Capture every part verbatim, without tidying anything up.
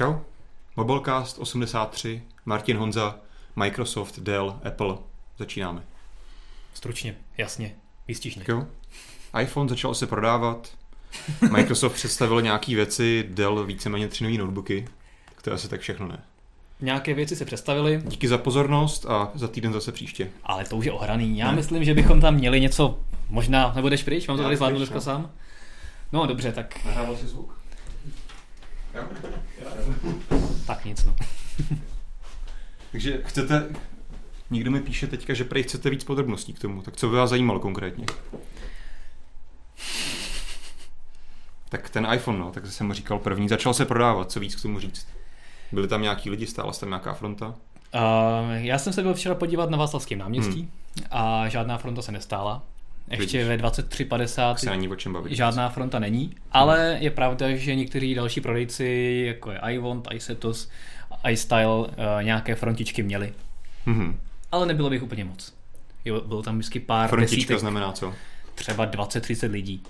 Čau. Mobilecast osmdesát tři, Martin Honza, Microsoft, Dell, Apple. Začínáme. Stručně, jasně, výstižně. Jo. iPhone začal se prodávat, Microsoft představil nějaký věci, Dell víceméně tři nový notebooky, tak to je asi tak všechno, ne? Nějaké věci se představily. Díky za pozornost a za týden zase příště. Ale to už je ohraný. Já ne? myslím, že bychom tam měli něco, možná, nebo jdeš pryč, mám to Já tady zvládnout pryč, dneska no. sám. No dobře, tak. Nahrával si zvuk? Jo? Tak nic, no. Takže chcete, někdo mi píše teďka, že prej chcete víc podrobností k tomu, tak co by vás zajímalo konkrétně? Tak ten iPhone, no, tak jsem mu říkal první, začal se prodávat, co víc k tomu říct? Byli tam nějaký lidi, stála tam nějaká fronta? Uh, já jsem se byl včera podívat na Václavském náměstí hmm. a žádná fronta se nestála. Ještě Vidíš. Ve dvacet tři padesát se není o čem bavit. Žádná fronta není, ale hmm. je pravda, že někteří další prodejci, jako je iWant, iSetos, iStyle, uh, nějaké frontičky měli. Hmm. Ale nebylo bych úplně moc. Jo, bylo tam vždycky pár Frontička desítek. Znamená co? Třeba dvacet třicet lidí.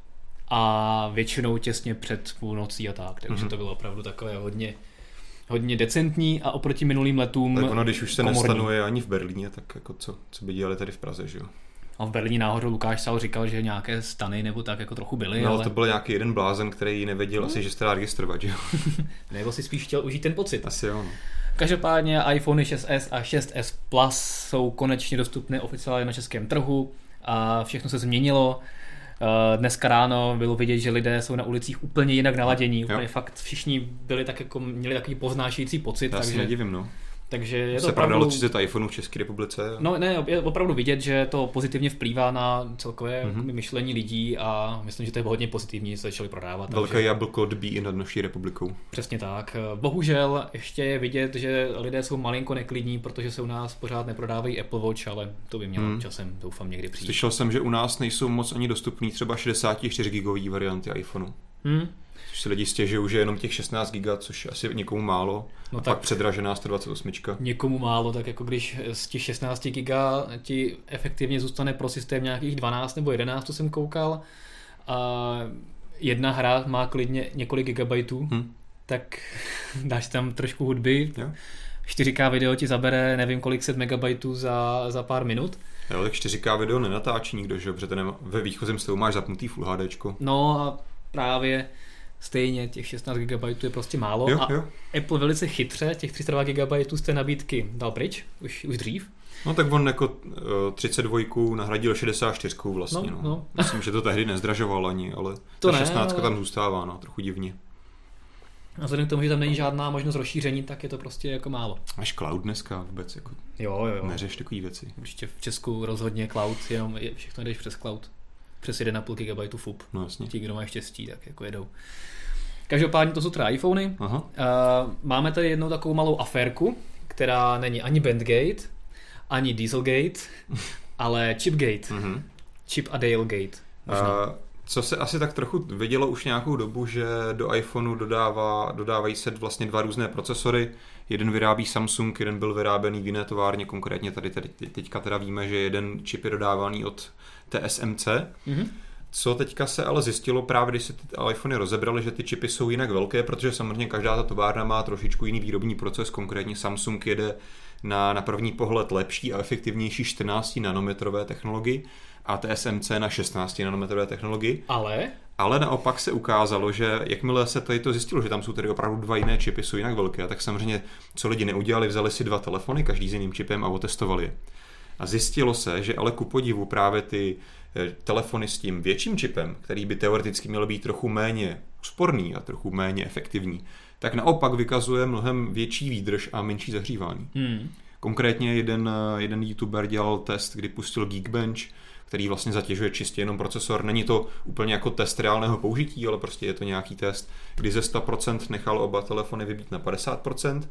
A většinou těsně před půlnocí a tak. Takže mm-hmm. to bylo opravdu takové hodně, hodně decentní a oproti minulým letům tak ono, když už se komorní. nestanuje ani v Berlíně, tak jako co, co by dělali tady v Praze, že jo? A v Berlíně náhodou Lukáš Sal říkal, že nějaké stany nebo tak jako trochu byly. No ale ale to byl nějaký jeden blázen, který nevěděl no. asi, že se dá registrovat, že jo? Nebo si spíš chtěl užít ten pocit. Asi jo, no. Každopádně iPhone šest es a šest es Plus jsou konečně dostupné oficiálně na českém trhu a všechno se změnilo. Dneska ráno bylo vidět, že lidé jsou na ulicích úplně jinak naladění. Úplně fakt všichni byli tak jako, měli takový poznášející pocit. Já takže, si nedivím, no. Takže je to se opravdu... prodalo třicet iPhoneů v České republice. No ne, je opravdu vidět, že to pozitivně vplývá na celkové mm-hmm. myšlení lidí a myslím, že to je hodně pozitivní, že se začali prodávat. Velké takže... jablko dbí i nad naší republikou. Přesně tak. Bohužel ještě je vidět, že lidé jsou malinko neklidní, protože se u nás pořád neprodávají Apple Watch, ale to by mělo mm. časem, doufám, někdy přijít. Slyšel jsem, že u nás nejsou moc ani dostupný třeba šedesát čtyři gigový varianty iPhoneu. Mm. Což si lidi stěžují, že jenom těch šestnáct giga, což asi někomu málo, no a tak pak předražená sto dvacet osm. Někomu málo, tak jako když z těch šestnáct giga ti efektivně zůstane pro systém nějakých dvanáct nebo jedenáct, to jsem koukal, a jedna hra má klidně několik gigabajtů, hmm. tak dáš tam trošku hudby, jo. čtyři ká video ti zabere nevím kolik set megabajtů za, za pár minut. Jo, tak čtyři ká video nenatáčí nikdo, že? Protože ten ve výchozím stavu máš zapnutý Full HDčko. No a právě stejně těch šestnáct gigabajtů je prostě málo jo, a jo. Apple velice chytře těch tři sta dva gigabajtů z té nabídky dal pryč, už, už dřív. No tak on jako třicet dva nahradil šedesát čtyři vlastně. No, no. No. Myslím, že to tehdy nezdražoval ani, ale to ta šestnáct ale... tam zůstává, no, trochu divně. A vzhledem k tomu, že tam není žádná možnost rozšíření, tak je to prostě jako málo. Až cloud dneska vůbec, jako jo, jo, jo. neřeš takový věci. Určitě v Česku rozhodně cloud, jenom je, všechno jdeš přes cloud. Přes jedna celá pět gigabajtu F U P. No jasně. Ti, kdo mají štěstí, tak jako jedou. Každopádně to jsou teda iPhony. Aha. Uh, máme tady jednou takovou malou aférku, která není ani Bandgate, ani Dieselgate, ale Chipgate. Uh-huh. Chip a Dalegate. Uh, co se asi tak trochu vidělo už nějakou dobu, že do iPhoneu dodává, dodávají se vlastně dva různé procesory. Jeden vyrábí Samsung, jeden byl vyráběný v jiné továrně, konkrétně tady, tady teďka teda víme, že jeden čip je dodávaný od T S M C. Uh-huh. Co teďka se ale zjistilo právě, když se ty iPhony rozebrali, že ty čipy jsou jinak velké, protože samozřejmě každá ta továrna má trošičku jiný výrobní proces, konkrétně Samsung jede na, na první pohled lepší a efektivnější čtrnáct nanometrové technologii a T S M C na šestnáct nanometrové technologii. Ale? Ale naopak se ukázalo, že jakmile se tady to zjistilo, že tam jsou tady opravdu dva jiné čipy, jsou jinak velké, tak samozřejmě co lidi neudělali, vzali si dva telefony, každý s jiným čipem a otestovali je. A zjistilo se, že ale ku podivu právě ty telefony s tím větším čipem, který by teoreticky měl být trochu méně úsporný a trochu méně efektivní, tak naopak vykazuje mnohem větší výdrž a menší zahřívání. Hmm. Konkrétně jeden, jeden youtuber dělal test, kdy pustil Geekbench, který vlastně zatěžuje čistě jenom procesor. Není to úplně jako test reálného použití, ale prostě je to nějaký test, kdy ze sto procent nechal oba telefony vybít na padesát procent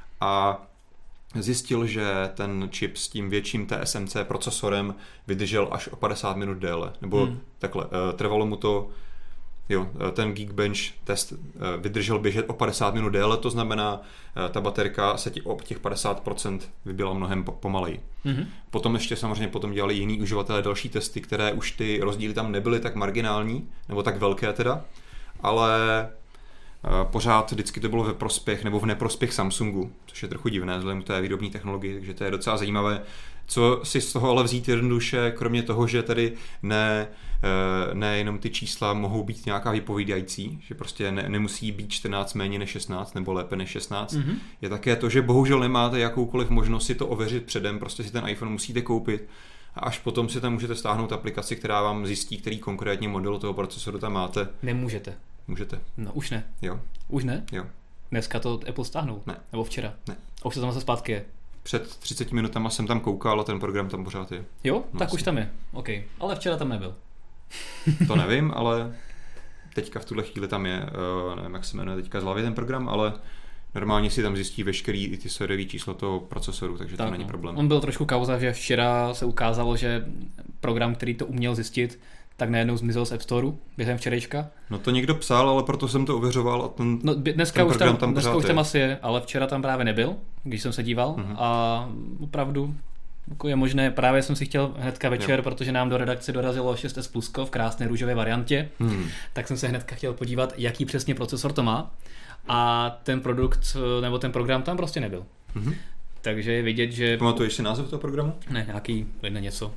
a zjistil, že ten čip s tím větším T S M C procesorem vydržel až o padesát minut déle. Nebo hmm. takhle, trvalo mu to, jo, ten Geekbench test vydržel běžet o padesát minut déle, to znamená, ta baterka se ti o těch padesát procent vybila mnohem pomaleji. Hmm. Potom ještě samozřejmě potom dělali jiní uživatelé další testy, které už ty rozdíly tam nebyly tak marginální, nebo tak velké teda, ale pořád vždycky to bylo ve prospěch nebo v neprospěch Samsungu, což je trochu divné vzhledem k té výrobní technologii, takže to je docela zajímavé. Co si z toho ale vzít jednoduše, kromě toho, že tady ne, ne jenom ty čísla mohou být nějaká vypovídající, že prostě ne, nemusí být čtrnáct méně než šestnáct nebo lépe než šestnáct, mm-hmm. je také to, že bohužel nemáte jakoukoliv možnost si to ověřit předem, prostě si ten iPhone musíte koupit a až potom si tam můžete stáhnout aplikaci, která vám zjistí, který konkrétní model toho procesoru tam máte. Nemůžete. Můžete. No už ne. Jo. Už ne? Jo. Dneska to Apple stáhnul? Ne. Nebo včera? Ne. A už se tam zase zpátky je? Před třiceti minutama jsem tam koukal a ten program tam pořád je. Jo? No, tak asi. Už tam je. OK. Ale včera tam nebyl. To nevím, ale teďka v tuhle chvíli tam je, uh, nevím, jak se jmenuje teďka z hlavy ten program, ale normálně si tam zjistí veškerý i ty sériový číslo toho procesoru, takže tak, to není no. problém. On byl trošku kauza, že včera se ukázalo, že program, který to uměl zjistit, tak najednou zmizel z App Storeu během včerejška. No to někdo psal, ale proto jsem to ověřoval a ten, no, dneska ten už program tam, tam dneska pořád už tam je. asi je, ale včera tam právě nebyl, když jsem se díval mm-hmm. a opravdu jako je možné, právě jsem si chtěl hnedka večer, jo. protože nám do redakce dorazilo šest S Plusko v krásné růžové variantě, hmm. tak jsem se hnedka chtěl podívat, jaký přesně procesor to má a ten produkt nebo ten program tam prostě nebyl. Hmm. Takže je vidět, že... Pamatuješ si název toho programu? Ne, nějaký, ne něco.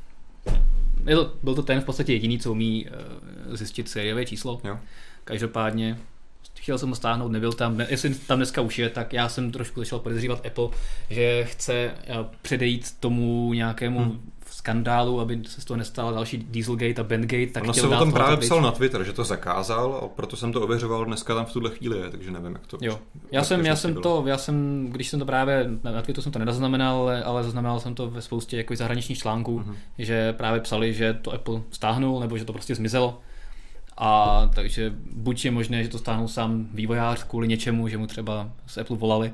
Je to, byl to ten v podstatě jediný, co umí uh, zjistit sériové číslo. Jo. Každopádně chtěl jsem ho stáhnout, nebyl tam, jestli tam dneska už je, tak já jsem trošku začal podezřívat Apple, že chce předejít tomu nějakému hmm. skandálu, aby se z toho nestala další Dieselgate a Bandgate. Tak ono se o tom právě psal na Twitter, že to zakázal, a proto jsem to ověřoval, dneska tam v tuhle chvíli je, takže nevím, jak to... Jo. Já jsem, já jsem to, já jsem, když jsem to právě, na Twitteru jsem to nezaznamenal, ale, ale zaznamenal jsem to ve spoustě jako zahraničních článků, hmm. že právě psali, že to Apple stáhnul, nebo že to prostě zmizelo. A takže buď je možné, že to stáhnul sám vývojář kvůli něčemu, že mu třeba z Apple volali,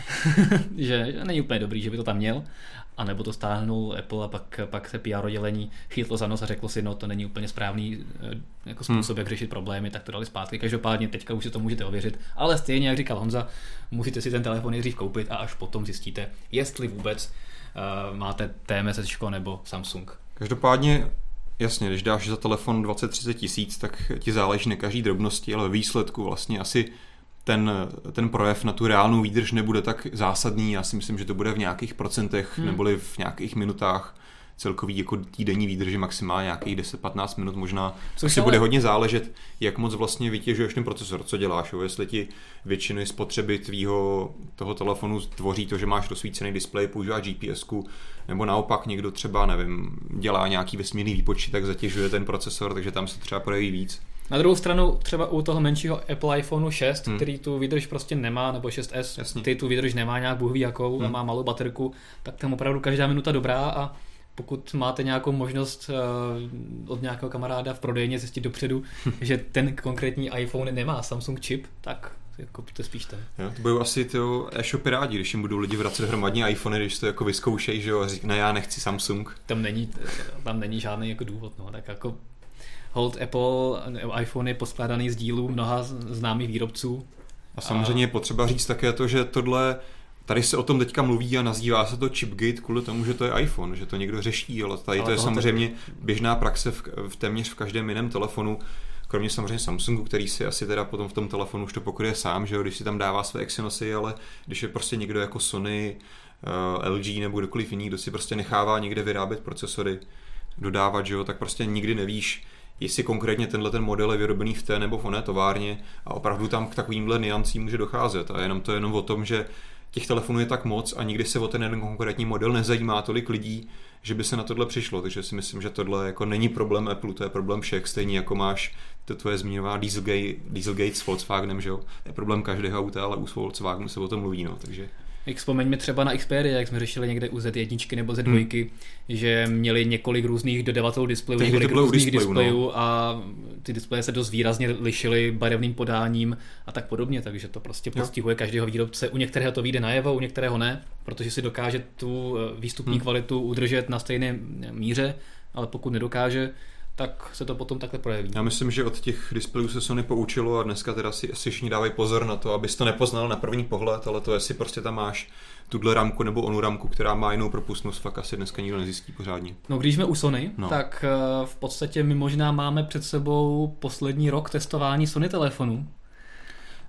že není úplně dobrý, že by to tam měl, a nebo to stáhnul Apple a pak, pak se P R oddělení chytlo za nos a řeklo si, no to není úplně správný jako způsob, hmm. jak řešit problémy, tak to dali zpátky. Každopádně teďka už si to můžete ověřit, ale stejně, jak říkal Honza, musíte si ten telefon nejdřív koupit a až potom zjistíte, jestli vůbec uh, máte T M S nebo Samsung. Každopádně jasně, když dáš za telefon dvacet třicet tisíc, tak ti záleží na každý drobnosti, ale ve výsledku vlastně asi ten, ten projev na tu reálnou výdrž nebude tak zásadní. Já si myslím, že to bude v nějakých procentech hmm. neboli v nějakých minutách celkový jako týdenní výdrže maximálně nějakých deset patnáct minut možná. Což si ale... bude hodně záležet, jak moc vlastně vytěžuješ ten procesor, co děláš. Jo? Jestli ti většiny spotřeby tvýho toho telefonu tvoří to, že máš rozsvícený displej, používáš G P S ku, nebo naopak někdo třeba, nevím, dělá nějaký vesmírný výpočet, tak zatěžuje ten procesor, takže tam se třeba projeví víc. Na druhou stranu třeba u toho menšího Apple iPhoneu šest, hmm. který tu výdrž prostě nemá, nebo šest S, Jasně. který tu výdrž nemá nějak bůh ví jakou hmm. a má malou baterku, tak tam opravdu každá minuta dobrá a pokud máte nějakou možnost uh, od nějakého kamaráda v prodejně zjistit dopředu, že ten konkrétní iPhone nemá Samsung čip, tak kupte spíš ten. Jo, to budou asi ty e-shopy rádi, když jim budou lidi vracet hromadně iPhony, když to jako vyzkoušejí, že jo, a říkají, ne, já nechci Samsung. Tam není, tam není žádný jako důvod, no, tak jako hold Apple iPhone je poskládaný z dílů mnoha známých výrobců. A samozřejmě je potřeba říct také to, že tohle, tady se o tom teďka mluví a nazývá se to Chipgate kvůli tomu, že to je iPhone, že to někdo řeší, ale tady ale to je samozřejmě to... běžná praxe v, v téměř v každém jiném telefonu, kromě samozřejmě Samsungu, který si asi teda potom v tom telefonu už to pokryje sám, že jo, když si tam dává své Exynosy, ale když je prostě někdo jako Sony, uh, L G nebo kdokoliv jiný, kdo si prostě nechává někde vyrábět procesory, dodávat, že jo, tak prostě nikdy nevíš, jestli konkrétně tenhle ten model je vyrobený v té nebo v oné továrně a opravdu tam k takovýmhle niancím může docházet. A jenom to je jenom o tom, že těch telefonů je tak moc a nikdy se o ten jeden konkrétní model nezajímá tolik lidí, že by se na tohle přišlo. Takže si myslím, že tohle jako není problém Apple, to je problém všech, stejně jako máš to tvoje zmiňovaná Dieselgate, Dieselgate s Volkswagenem, že jo? To je problém každého auta, ale u Volkswagenu se o tom mluví, no, takže... Jak vzpomeňme třeba na Xperia, jak jsme řešili někde u Z jedna nebo Z dva, hmm. že měli několik různých dodavatelů displejů, Tehdy několik různých displejů, displejů no. a ty displeje se dost výrazně lišily barevným podáním a tak podobně, takže to prostě postihuje každého výrobce. U některého to vyjde najevo, u některého ne, protože si dokáže tu výstupní hmm. kvalitu udržet na stejné míře, ale pokud nedokáže, tak se to potom takhle projeví. Já myslím, že od těch displejů se Sony poučilo a dneska teda si, si všichni dávají pozor na to, abys to nepoznal na první pohled, ale to jestli prostě tam máš tuhle ramku nebo onu ramku, která má jinou propustnost, fakt asi dneska nikdo nezjistí pořádně. No když jsme u Sony, no. tak v podstatě my možná máme před sebou poslední rok testování Sony telefonů.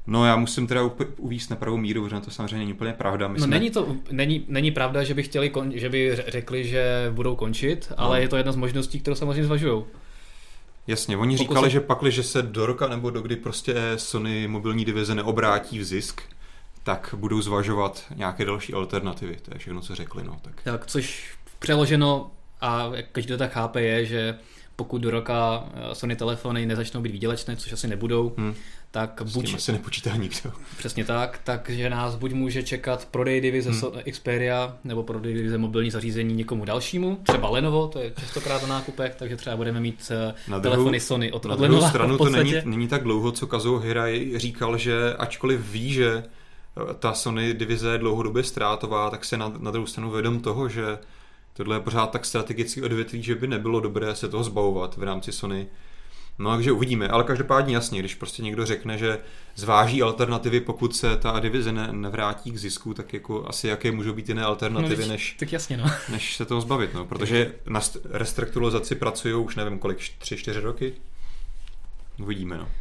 No já musím teda uvést na pravou míru, protože to samozřejmě není úplně pravda. My no jsme... není to, není, není pravda, že by chtěli, kon, že by řekli, že budou končit, no. Ale je to jedna z možností, kterou samozřejmě zvažujou. Jasně, oni Pokud říkali, se... že pakli, že se do roka nebo do kdy prostě Sony mobilní divize neobrátí v zisk, tak budou zvažovat nějaké další alternativy. To je všechno, co řekli. No, tak. tak což přeloženo, a každý to tak chápe, je, že pokud do roka Sony telefony nezačnou být výdělečné, což asi nebudou, hmm. tak s buď... tím asi nepočítá nikdo. Přesně tak, takže nás buď může čekat prodej divize hmm. Xperia, nebo prodej divize mobilní zařízení někomu dalšímu, třeba Lenovo, to je častokrát na nákupech, takže třeba budeme mít na telefony druhou, Sony od, na od Lenova. Na druhou stranu to není, není tak dlouho, co Kazuo Hirai říkal, že ačkoliv ví, že ta Sony divize je dlouhodobě ztrátová, tak se na, na druhou stranu vědom toho, že tohle je pořád tak strategický odvětví, že by nebylo dobré se toho zbavovat v rámci Sony. No takže uvidíme, ale každopádně jasně, když prostě někdo řekne, že zváží alternativy, pokud se ta divize ne, nevrátí k zisku, tak jako asi jaké můžou být jiné alternativy, no, než, tak jasně, no. než se toho zbavit, no, protože na restrukturalizaci pracují už nevím kolik, tři čtyři roky? Uvidíme, no.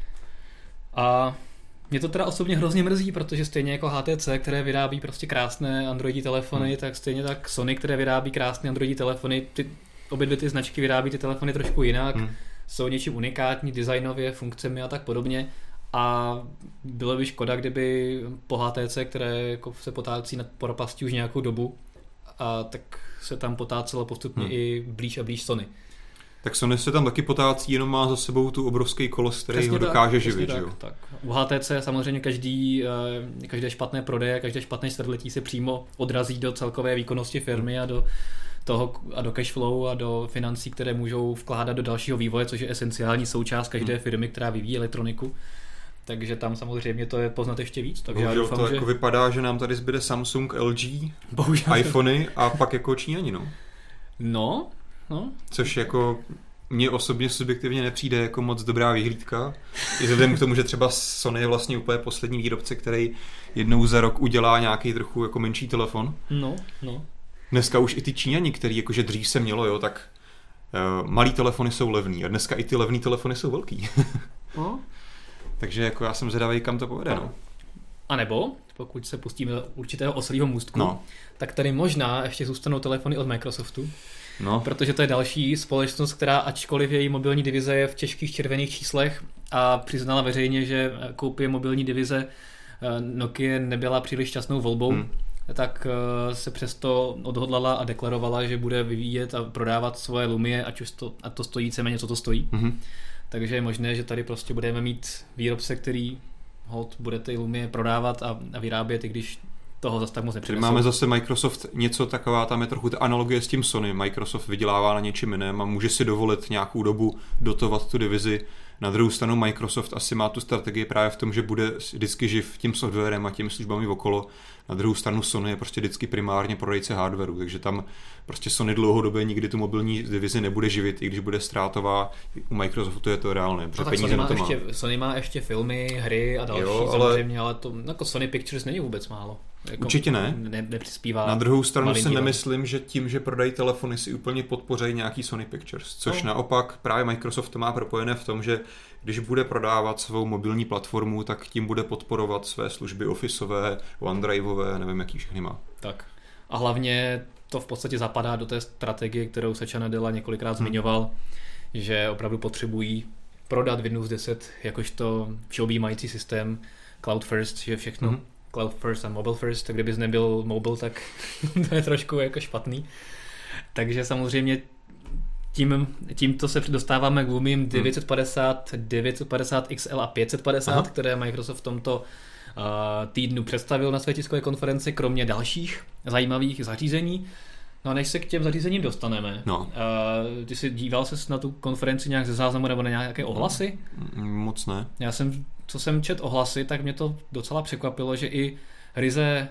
A mě to teda osobně hrozně mrzí, protože stejně jako H T C, které vyrábí prostě krásné Androidí telefony, hmm. tak stejně tak Sony, které vyrábí krásné Androidí telefony, ty, obě dvě ty značky vyrábí ty telefony trošku jinak, hmm. jsou něčím unikátní, designově, funkcemi a tak podobně. A bylo by škoda, kdyby po H T C, které jako se potácí nad propastí už nějakou dobu, a tak se tam potácelo postupně hmm. i blíž a blíž Sony. Tak Sony se tam taky potácí, jenom má za sebou tu obrovský kolos, který přesně ho dokáže tak, živit. Tak, že jo? Tak. U H T C samozřejmě každý, každé špatné prodeje, každé špatné čtvrtletí se přímo odrazí do celkové výkonnosti firmy a do toho a do cashflow a do financí, které můžou vkládat do dalšího vývoje, což je esenciální součást každé firmy, která vyvíjí elektroniku. Takže tam samozřejmě to je poznat ještě víc. Takže bohužel já doufám, to že... jako vypadá, že nám tady zbyde Samsung, L G, bohužel. iPhony a pak jako Číňani, no. No, no. Což jako mně osobně subjektivně nepřijde jako moc dobrá vyhlídka. I vzhledem k tomu, že třeba Sony je vlastně úplně poslední výrobce, který jednou za rok udělá nějaký trochu jako menší telefon. No, no. Dneska už i ty Číňani, který jakože dřív se mělo, jo, tak uh, malý telefony jsou levný a dneska i ty levný telefony jsou velký. No. Takže jako já jsem zvědavý, kam to povede, no. A nebo, pokud se pustíme do určitého oslího můstku, no. tak tady možná ještě zůstanou telefony od Microsoftu. No. Protože to je další společnost, která ačkoliv její mobilní divize je v těžkých červených číslech a přiznala veřejně, že koupě mobilní divize Nokia nebyla příliš šťastnou volbou, hmm. tak se přesto odhodlala a deklarovala, že bude vyvíjet a prodávat svoje Lumie, ať už to, a to stojí ceméně, co to stojí. Hmm. Takže je možné, že tady prostě budeme mít výrobce, který hod bude ty Lumie prodávat a, a vyrábět, i když toho zase tak moc nepřinesou. Máme zase Microsoft něco taková, tam je trochu ta analogie s tím Sony. Microsoft vydělává na něčím jiném a může si dovolit nějakou dobu dotovat tu divizi. Na druhou stranu Microsoft asi má tu strategii právě v tom, že bude vždycky živ tím softwarem a těmi službami okolo. Na druhou stranu Sony je prostě vždycky primárně prodejce hardwareu, takže tam prostě Sony dlouhodobě nikdy tu mobilní divizi nebude živit, i když bude ztrátová. U Microsoftu je to reálné, protože no, peníze Sony na to má. Ještě, Sony má ještě filmy, hry a další, jo, ale... samozřejmě, ale to jako Sony Pictures není vůbec málo. Jako určitě ne. ne. Nepřispívá. Na druhou stranu si nemyslím, že tím, že prodají telefony, si úplně podpořejí nějaký Sony Pictures, což no. naopak právě Microsoft to má propojené v tom, že když bude prodávat svou mobilní platformu, tak tím bude podporovat své služby officeové, OneDriveové, nevím, jaký všechny má. Tak. A hlavně to v podstatě zapadá do té strategie, kterou Satya Nadella několikrát hmm. zmiňoval, že opravdu potřebují prodat Windows deset jakožto všeobjímající systém Cloud First, že všechno hmm. Cloud First a Mobile First, tak kdybys nebyl mobile, tak to je trošku jako špatný. Takže samozřejmě tím, tímto se dostáváme k Lumiem devět set padesát, devět set padesát X L a pět set padesát, aha. které Microsoft v tomto uh, týdnu představil na své tiskové konferenci, kromě dalších zajímavých zařízení. No a než se k těm zařízením dostaneme, no. uh, ty jsi díval ses na tu konferenci nějak ze záznamu nebo na nějaké ohlasy? Moc ne. Já jsem, co jsem čet ohlasy, tak mě to docela překvapilo, že i ryze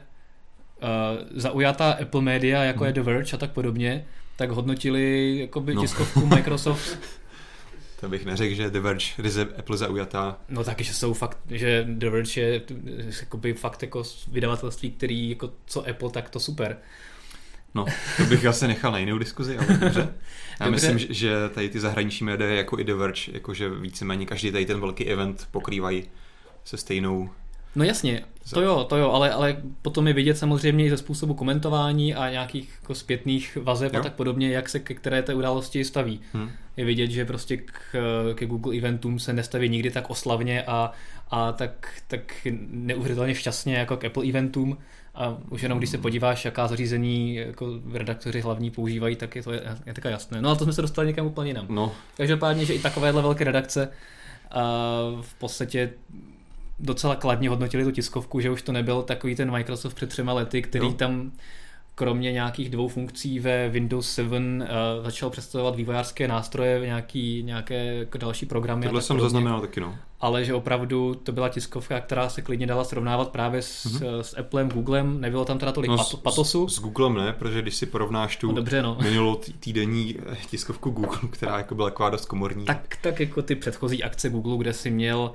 uh, zaujatá Apple média, jako hmm. je The Verge a tak podobně, tak hodnotili jakoby no. tiskovku Microsoft. To bych neřekl, že The Verge ryze Apple zaujatá. No taky, že jsou fakt, že The Verge je jakoby fakt jako vydavatelství, který jako co Apple, tak to super. No, to bych asi nechal na jinou diskuzi, ale dobře. Já dobře. Myslím, že tady ty zahraniční média jako i The Verge, jakože víceméně každý tady ten velký event pokrývají se stejnou No jasně, to jo, to jo, ale, ale potom je vidět samozřejmě i ze způsobu komentování a nějakých jako zpětných vazeb jo. a tak podobně, jak se ke které té události staví. Hmm. Je vidět, že prostě k, ke Google eventům se nestaví nikdy tak oslavně a, a tak, tak neuvěřitelně šťastně jako k Apple eventům. A už jenom když se podíváš, jaká zařízení jako redaktoři hlavní používají, tak je to je, je také jasné. No ale to jsme se dostali někam úplně jinam. No. Každopádně, že i takovéhle velké redakce a v podstatě docela kladně hodnotili tu tiskovku, že už to nebyl takový ten Microsoft před třema lety, který jo. tam kromě nějakých dvou funkcí ve Windows sedm uh, začal představovat vývojářské nástroje, nějaký, nějaké jako další programy. Tohle jsem zaznamenal taky, no. Ale že opravdu to byla tiskovka, která se klidně dala srovnávat právě s, mm-hmm. s Applem, Googlem, nebylo tam teda tolik no, pat- patosu. S, s Googlem ne, protože když si porovnáš tu no, dobře, no. minulou týdenní tiskovku Google, která jako byla taková dost komorní. Tak, tak jako ty předchozí akce Google, kde si měl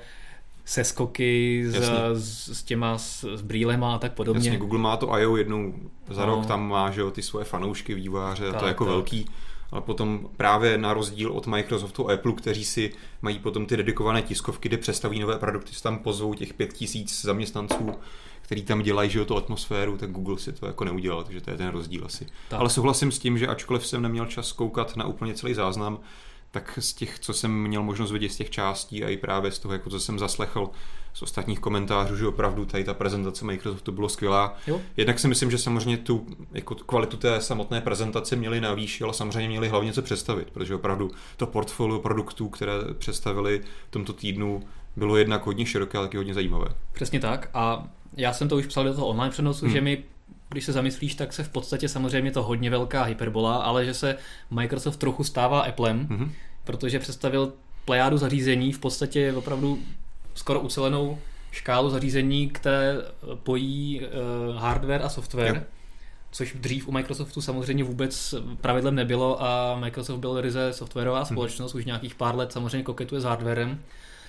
seskoky s, s, s těma s, s brýlema a tak podobně. Jasně, Google má to I O jednou za no. rok, tam má že jo, ty svoje fanoušky, vývojáře, a to je jako tak. velký. Ale potom právě na rozdíl od Microsoftu a Apple, kteří si mají potom ty dedikované tiskovky, kde představí nové produkty, si tam pozvou těch pět tisíc zaměstnanců, který tam dělají že jo, tu atmosféru, tak Google si to jako neudělal, takže to je ten rozdíl asi. Tak. Ale souhlasím s tím, že ačkoliv jsem neměl čas koukat na úplně celý záznam, tak z těch, co jsem měl možnost vidět z těch částí a i právě z toho, jako co jsem zaslechl z ostatních komentářů, že opravdu tady ta prezentace Microsoftu bylo skvělá. Jo. Jednak si myslím, že samozřejmě tu jako kvalitu té samotné prezentace měli na výši, ale samozřejmě měli hlavně co představit, protože opravdu to portfolio produktů, které představili v tomto týdnu, bylo jednak hodně široké, ale taky hodně zajímavé. Přesně tak a já jsem to už psal do toho online přenosu, hmm. že mi když se zamyslíš, tak se v podstatě samozřejmě to hodně velká hyperbola, ale že se Microsoft trochu stává Applem, mm-hmm. protože představil plejádu zařízení, v podstatě opravdu skoro ucelenou škálu zařízení, které pojí uh, hardware a software, jo. což dřív u Microsoftu samozřejmě vůbec pravidlem nebylo a Microsoft byl ryze softwarová společnost, mm-hmm. už nějakých pár let samozřejmě koketuje s hardwarem.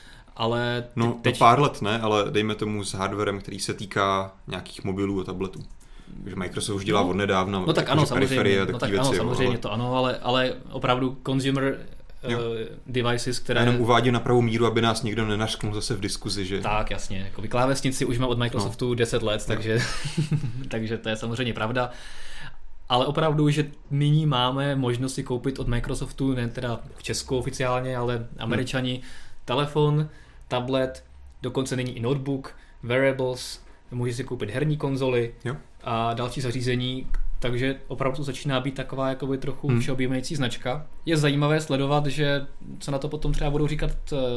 Ale te- no, teď... pár let ne, ale dejme tomu s hardwarem, který se týká nějakých mobilů a tabletů. že Microsoft už dělá no, od nedávna. No tak ano, samozřejmě, no tak věci, ano, jo, samozřejmě ale... to ano, ale, ale opravdu consumer uh, devices, které... Já jenom uvádím na pravou míru, aby nás někdo nenařknul zase v diskuzi, že... Tak, jasně, jako klávesnici už mám od Microsoftu no. deset let, takže, takže to je samozřejmě pravda. Ale opravdu, že nyní máme možnost si koupit od Microsoftu, ne teda v Česku oficiálně, ale Američani, hmm. telefon, tablet, dokonce není i notebook, wearables, může si koupit herní konzoly jo. a další zařízení, takže opravdu začíná být taková jakoby trochu hmm. všeobjímající značka. Je zajímavé sledovat, že co na to potom třeba budou říkat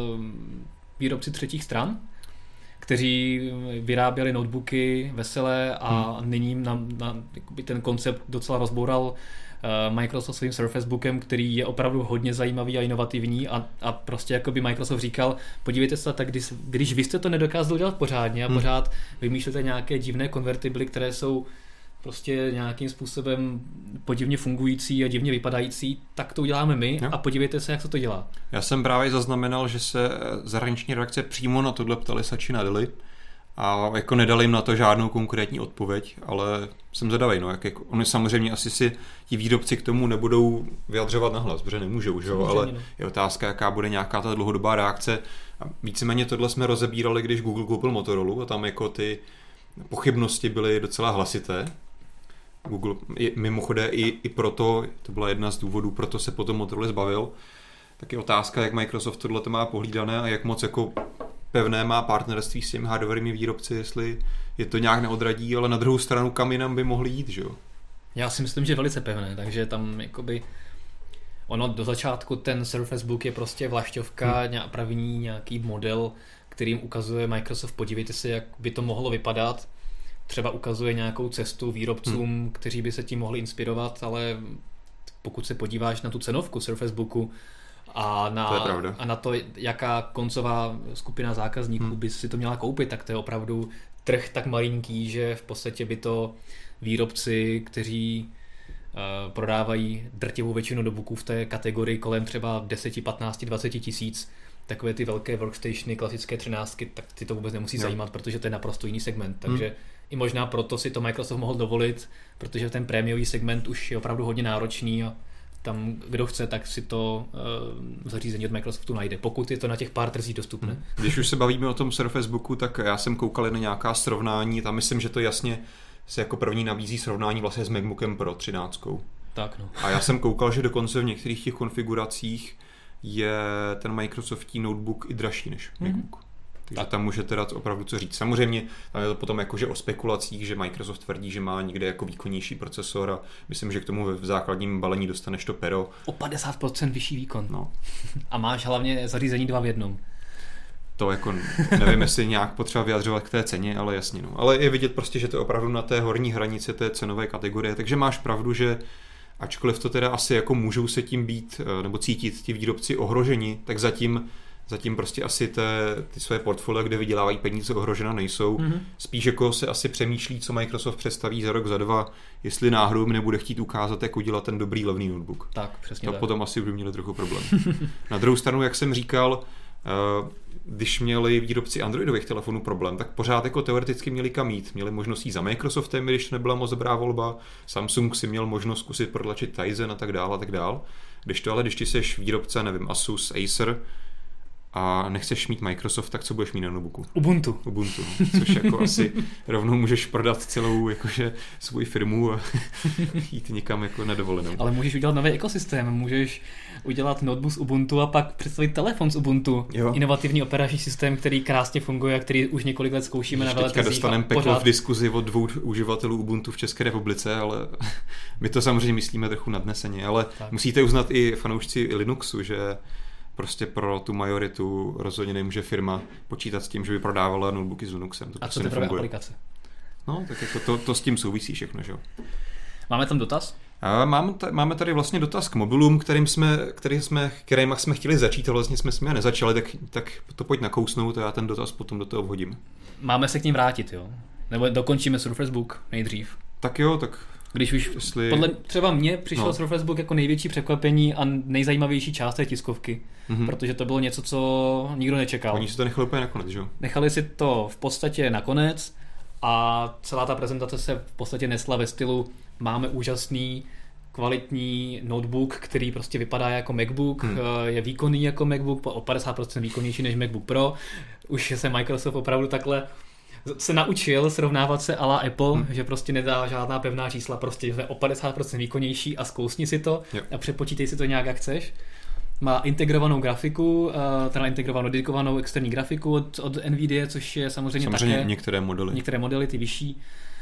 výrobci třetích stran, kteří vyráběli notebooky veselé a hmm. nyní na, na, ten koncept docela rozboural uh, Microsoft svým Surface Bookem, který je opravdu hodně zajímavý a inovativní a, a prostě jako by Microsoft říkal, podívejte se, tak když, když vy jste to nedokázali dělat pořádně a hmm. pořád vymýšlíte nějaké divné konvertibly, které jsou prostě nějakým způsobem podivně fungující a divně vypadající, tak to uděláme my jo. a podívejte se, jak se to dělá. Já jsem právě zaznamenal, že se zahraniční redakce přímo na tohle ptali Sači Nadely a jako nedali jim na to žádnou konkrétní odpověď, ale jsem zvědavej, no, jak, jak oni samozřejmě asi si ti výrobci k tomu nebudou vyjadřovat nahlas, protože nemůžou, že jo, ale je otázka, jaká bude nějaká ta dlouhodobá reakce. A víceméně tohle jsme rozebírali, když Google koupil Motorola a tam jako ty pochybnosti byly docela hlasité. Google mimochodem i, i proto, to byla jedna z důvodů, proto se potom Motorola zbavil. Tak je otázka, jak Microsoft tohle to má pohlídané a jak moc jako pevné má partnerství s těmi hardwarovými výrobci, jestli je to nějak neodradí, ale na druhou stranu kam jinam by mohli jít, že jo? Já si myslím, že velice pevné, takže tam jakoby ono do začátku ten Surface Book je prostě vlašťovka, hmm. první nějaký model, kterým ukazuje Microsoft, podívejte se, jak by to mohlo vypadat. Třeba ukazuje nějakou cestu výrobcům, hmm. kteří by se tím mohli inspirovat, ale pokud se podíváš na tu cenovku Surface Booku a na, to a na to, jaká koncová skupina zákazníků hmm. by si to měla koupit, tak to je opravdu trh tak malinký, že v podstatě by to výrobci, kteří uh, prodávají drtivou většinu notebooků v té kategorii kolem třeba deset, patnáct, dvacet tisíc, takové ty velké workstationy, klasické třináctky, tak ty to vůbec nemusí jo. zajímat, protože to je naprosto jiný segment, takže hmm. i možná proto si to Microsoft mohl dovolit, protože ten prémiový segment už je opravdu hodně náročný a tam kdo chce, tak si to uh, zařízení od Microsoftu najde, pokud je to na těch pár trzích dostupné. Hmm. Když už se bavíme o tom Surface Booku, tak já jsem koukal na nějaká srovnání, tam myslím, že to jasně se jako první nabízí srovnání vlastně s MacBookem Pro třináct. Tak no. A já jsem koukal, že dokonce v některých těch konfiguracích je ten Microsoftí notebook i dražší než MacBook. Hmm. Takže tak. Tam můžete dát opravdu co říct. Samozřejmě tam je to potom jakože o spekulacích, že Microsoft tvrdí, že má někde jako výkonnější procesor a myslím, že k tomu v základním balení dostaneš to pero. O padesát procent vyšší výkon. No. A máš hlavně zařízení dva v jednom. To jako nevím, jestli nějak potřeba vyjadřovat k té ceně, ale jasně. No. Ale je vidět prostě, že to je opravdu na té horní hranici té cenové kategorie, takže máš pravdu, že ačkoliv to teda asi jako můžou se tím být nebo cítit ti výrobci ohroženi, tak zatím Zatím prostě asi té, ty své portfolia, kde vydělávají peníze, ohrožena nejsou. Mm-hmm. Spíš jako se asi přemýšlí, co Microsoft představí za rok, za dva, jestli náhodou mi nebude chtít ukázat, jak udělat ten dobrý levný notebook. Tak, přesně tak. tak. Potom asi by měli trochu problém. Na druhou stranu, jak jsem říkal, když měli výrobci Androidových telefonů problém, tak pořád jako teoreticky měli kam jít. Měli možnost jít za Microsoftem, když to nebyla moc dobrá volba. Samsung si měl možnost zkusit protlačit Tizen a tak dál a tak dál. Když to ale, když ty seš výrobce, nevím, Asus, Acer, a nechceš mít Microsoft, tak co budeš mít na notebooku? Ubuntu. Ubuntu, no. Což jako asi rovnou můžeš prodat celou jakože svou firmu a jít někam jako na dovolenou. Ale můžeš udělat nový ekosystém, můžeš udělat notebook z Ubuntu a pak představit telefon z Ubuntu. Jo. Inovativní operační systém, který krásně funguje a který už několik let zkoušíme Když na veletrzích. Teďka dostaneme peklo pořád v diskuzi od dvou uživatelů Ubuntu v České republice, ale my to samozřejmě myslíme trochu nadneseně, ale tak. Musíte uznat i fanoušci Linuxu, že prostě pro tu majoritu rozhodně nemůže firma počítat s tím, že by prodávala notebooky s Linuxem. To a co teprve aplikace? No, tak jako to, to s tím souvisí všechno, že jo. Máme tam dotaz? A máme, t- máme tady vlastně dotaz k mobilům, kterým jsme, který jsme, kterýma jsme chtěli začít a vlastně jsme s nimi nezačali, tak, tak to pojď nakousnout a já ten dotaz potom do toho vhodím. Máme se k ním vrátit, jo? Nebo dokončíme Surface Book nejdřív? Tak jo, tak... Když už jestli... podle třeba mně přišel no. Surface Book jako největší překvapení a nejzajímavější část té tiskovky, mm-hmm. protože to bylo něco, co nikdo nečekal. Oni si to nechali úplně nakonec, že jo? Nechali si to v podstatě nakonec a celá ta prezentace se v podstatě nesla ve stylu máme úžasný kvalitní notebook, který prostě vypadá jako MacBook, hmm. je výkonný jako MacBook, o padesát procent výkonnější než MacBook Pro. Už se Microsoft opravdu takhle se naučil srovnávat se a la Apple, hmm. že prostě nedá žádná pevná čísla, prostě je o padesát procent výkonnější a zkousni si to jo. a přepočítej si to nějak, jak chceš. Má integrovanou grafiku, teda integrovanou dedikovanou externí grafiku od, od Nvidia, což je samozřejmě, samozřejmě také některé modely. Některé modely, ty vyšší.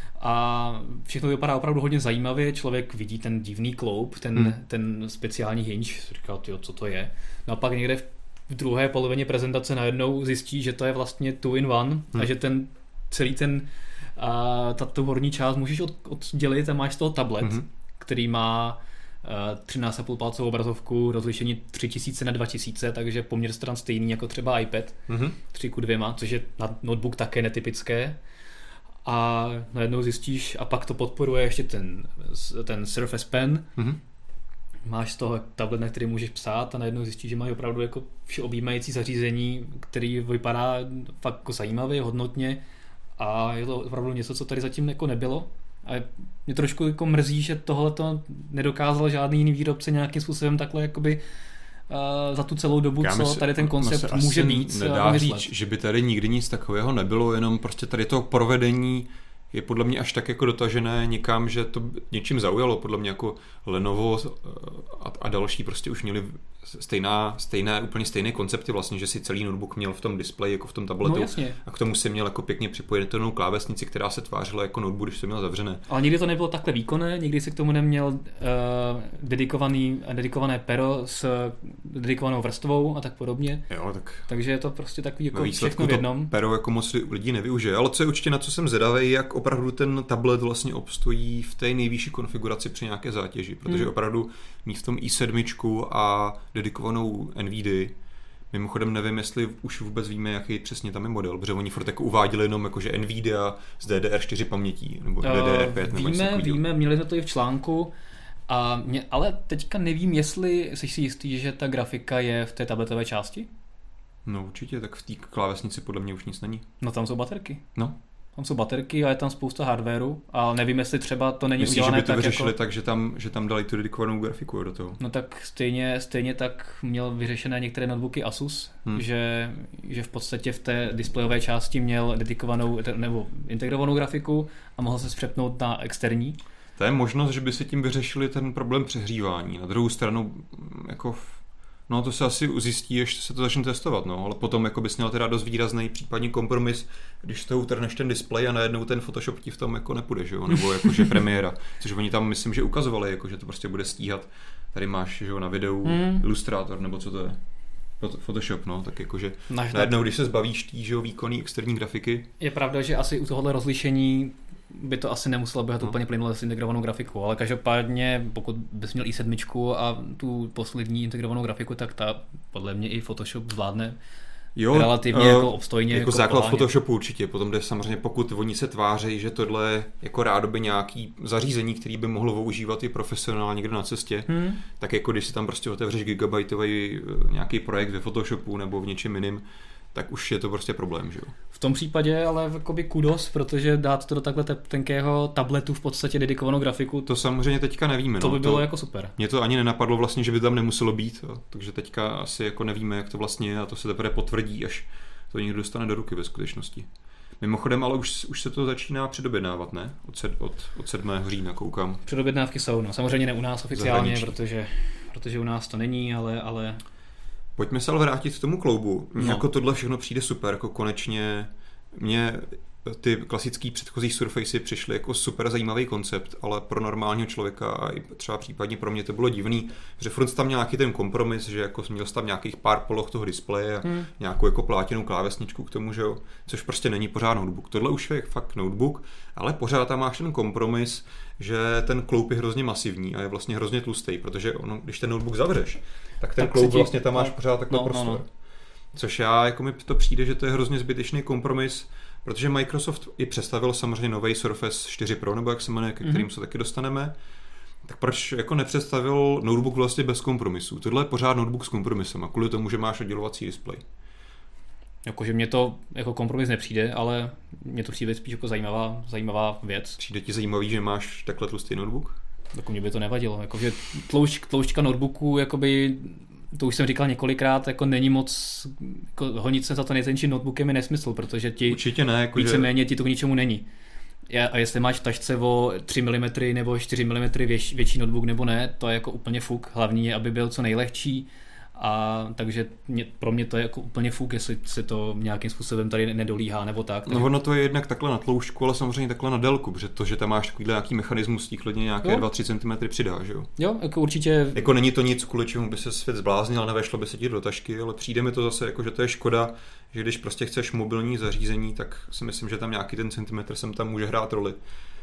A všechno vypadá opravdu hodně zajímavě, člověk vidí ten divný kloup, ten, hmm. ten speciální hinge, říkal, tyjo, co to je. No a pak někde v, v druhé polovině prezentace najednou zjistí, že to je vlastně two in one hmm. a že ten celý ten, a, ta, tu horní část můžeš od, oddělit a máš z toho tablet, hmm. který má třináct celá pět palcovou obrazovku, rozlišení tři tisíce na dva tisíce, takže poměr stran stejný jako třeba iPad, mm-hmm. tři ku dvěma, což je na notebook také netypické. A najednou zjistíš, a pak to podporuje ještě ten, ten Surface Pen, mm-hmm. máš z toho tablet, na který můžeš psát a najednou zjistíš, že máš opravdu jako všeobjímající zařízení, který vypadá fakt jako zajímavě, hodnotně a je to opravdu něco, co tady zatím jako nebylo. A mě trošku jako mrzí, že tohleto nedokázal žádný jiný výrobce nějakým způsobem takhle jakoby uh, za tu celou dobu, Já co mysl, tady ten koncept může být. Nedá říct, že by tady nikdy nic takového nebylo, jenom prostě tady to provedení je podle mě až tak jako dotažené někam, že to něčím zaujalo, podle mě jako Lenovo a, a další prostě už měli stejná, stejné, úplně stejné koncepty vlastně, že si celý notebook měl v tom displeji jako v tom tabletu no, a k tomu si měl jako pěkně připojenou klávesnici, která se tvářila jako notebook, když to měl zavřené. Ale nikdy to nebylo takhle výkonné, nikdy si k tomu neměl uh, dedikovaný, dedikované pero s dedikovanou vrstvou a tak podobně. Jo, tak takže je to prostě takový jako všechno v jednom. Pero jako moc lidí nevyužije, ale co je určitě na co jsem zvědavý, jak opravdu ten tablet vlastně obstojí v té nejvyšší konfiguraci při nějaké zátěži, protože hmm. opravdu mít v tom i sedm a dedikovanou Nvidia. Mimochodem nevím, jestli už vůbec víme, jaký přesně tam je model, protože oni furt jako uváděli jenom jako, že Nvidia z D D R čtyři pamětí, nebo D D R pět. Uh, víme, víme, měli jsme to i v článku, a mě, ale teďka nevím, jestli jsi si jistý, že ta grafika je v té tabletové části? No určitě, tak v té klávesnici podle mě už nic není. No tam jsou baterky. No. tam jsou baterky a je tam spousta hardwareu, ale nevím, jestli třeba to není Myslíš, udělané že by to tak vyřešili jako... tak, že tam, že tam dali tu dedikovanou grafiku do toho? No tak stejně, stejně tak měl vyřešené některé notebooky Asus, hmm. že, že v podstatě v té displejové části měl dedikovanou nebo integrovanou grafiku a mohl se spřepnout na externí. To je možnost, že by si tím vyřešili ten problém přehřívání. Na druhou stranu, jako, no to se asi zjistí, až se to začne testovat, no, ale potom jako bys měl teda dost výrazný případně kompromis, když to utrhneš ten displej a najednou ten Photoshop ti v tom jako nepůjde, že jo, nebo jakože Premiéra, což oni tam myslím, že ukazovali, jako, že to prostě bude stíhat. Tady máš, že jo, na videu hmm. Illustrator, nebo co to je? Photoshop, no, tak jakože najednou, když se zbavíš tý, že jo, výkonný externí grafiky. Je pravda, že asi u tohohle rozlišení by to asi nemuselo běhat no. úplně plynule s integrovanou grafikou, ale každopádně, pokud bys měl i sedm a tu poslední integrovanou grafiku, tak ta podle mě i Photoshop zvládne jo, relativně uh, jako obstojně. Jako, jako základ Photoshopu určitě, potom jde samozřejmě, pokud oni se tváří, že tohle je jako rádoby nějaký zařízení, který by mohlo používat i profesionál někdo na cestě, hmm. tak jako když si tam prostě otevřeš gigabajtový nějaký projekt ve Photoshopu nebo v něčem jiným, tak už je to prostě problém, že jo. V tom případě ale jakoby kudos, protože dát to do takhle tenkého tabletu v podstatě dedikovanou grafiku. To samozřejmě teďka nevíme. To no. by bylo to, jako super. Mně to ani nenapadlo vlastně, že by tam nemuselo být, takže teďka asi jako nevíme, jak to vlastně je a to se teprve potvrdí, až to někdo dostane do ruky ve skutečnosti. Mimochodem, ale už, už se to začíná předobjednávat, ne? Od, sed, od, od sedmého října koukám. Předobjednávky jsou, no samozřejmě ne u nás oficiálně, protože, protože u nás to není, ale... ale... Pojďme se ale vrátit k tomu kloubu. Mně no. jako tohle všechno přijde super, jako konečně mě ty klasický předchozí Surfacey přišly jako super zajímavý koncept, ale pro normálního člověka a i třeba případně pro mě to bylo divný, že furt tam nějaký ten kompromis, že jako měl tam nějakých pár poloh toho displeje a hmm. nějakou jako plátěnou klávesničku k tomu, že jo, což prostě není pořád notebook. Tohle už je fakt notebook, ale pořád tam máš ten kompromis, že ten kloub je hrozně masivní a je vlastně hrozně tlustý, protože ono, když ten notebook zavřeš, tak ten tak kloub ti... vlastně tam máš no, pořád takhle no, prostor. No, no. Což já, jako mi to přijde, že to je hrozně zbytečný kompromis, protože Microsoft i představil samozřejmě nový Surface čtyři Pro, nebo jak se jmenuje, ke kterým mm-hmm. se taky dostaneme, tak proč jako nepředstavil notebook vlastně bez kompromisů? Tohle je pořád notebook s kompromisem a kvůli tomu, že máš oddělovací displej. Jakože mně to jako kompromis nepřijde, ale mně to přijde spíš jako zajímavá, zajímavá věc. Přijde ti zajímavý, že máš takhle tlustý notebook? Tak mě by to nevadilo. Jakože tloušť, tloušťka notebooku, jakoby, to už jsem říkal několikrát, jako není moc, jako honit se za to nejcenčím notebookem je nesmysl, protože ti určitě ne, jako víceméně ti to k ničemu není. A jestli máš v tašce o tři milimetry nebo čtyři milimetry věč, větší notebook nebo ne, to je jako úplně fuk. Hlavní je, aby byl co nejlehčí. A takže mě, pro mě to je jako úplně fuk, jestli se to nějakým způsobem tady nedolíhá nebo tak. Takže... No ono to je jednak takhle na tloušťku, ale samozřejmě takhle na délku, protože to, že tam máš takovýhle nějaký mechanismus, tí klidně nějaké dva tři centimetry přidá, že jo? Jo, jako určitě. Jako není to nic, kvůli čemu by se svět zbláznil, nevešlo by se ti do tašky, ale přijde mi to zase jako, že to je škoda, že když prostě chceš mobilní zařízení, tak si myslím, že tam nějaký ten centimetr sem tam může hrát roli.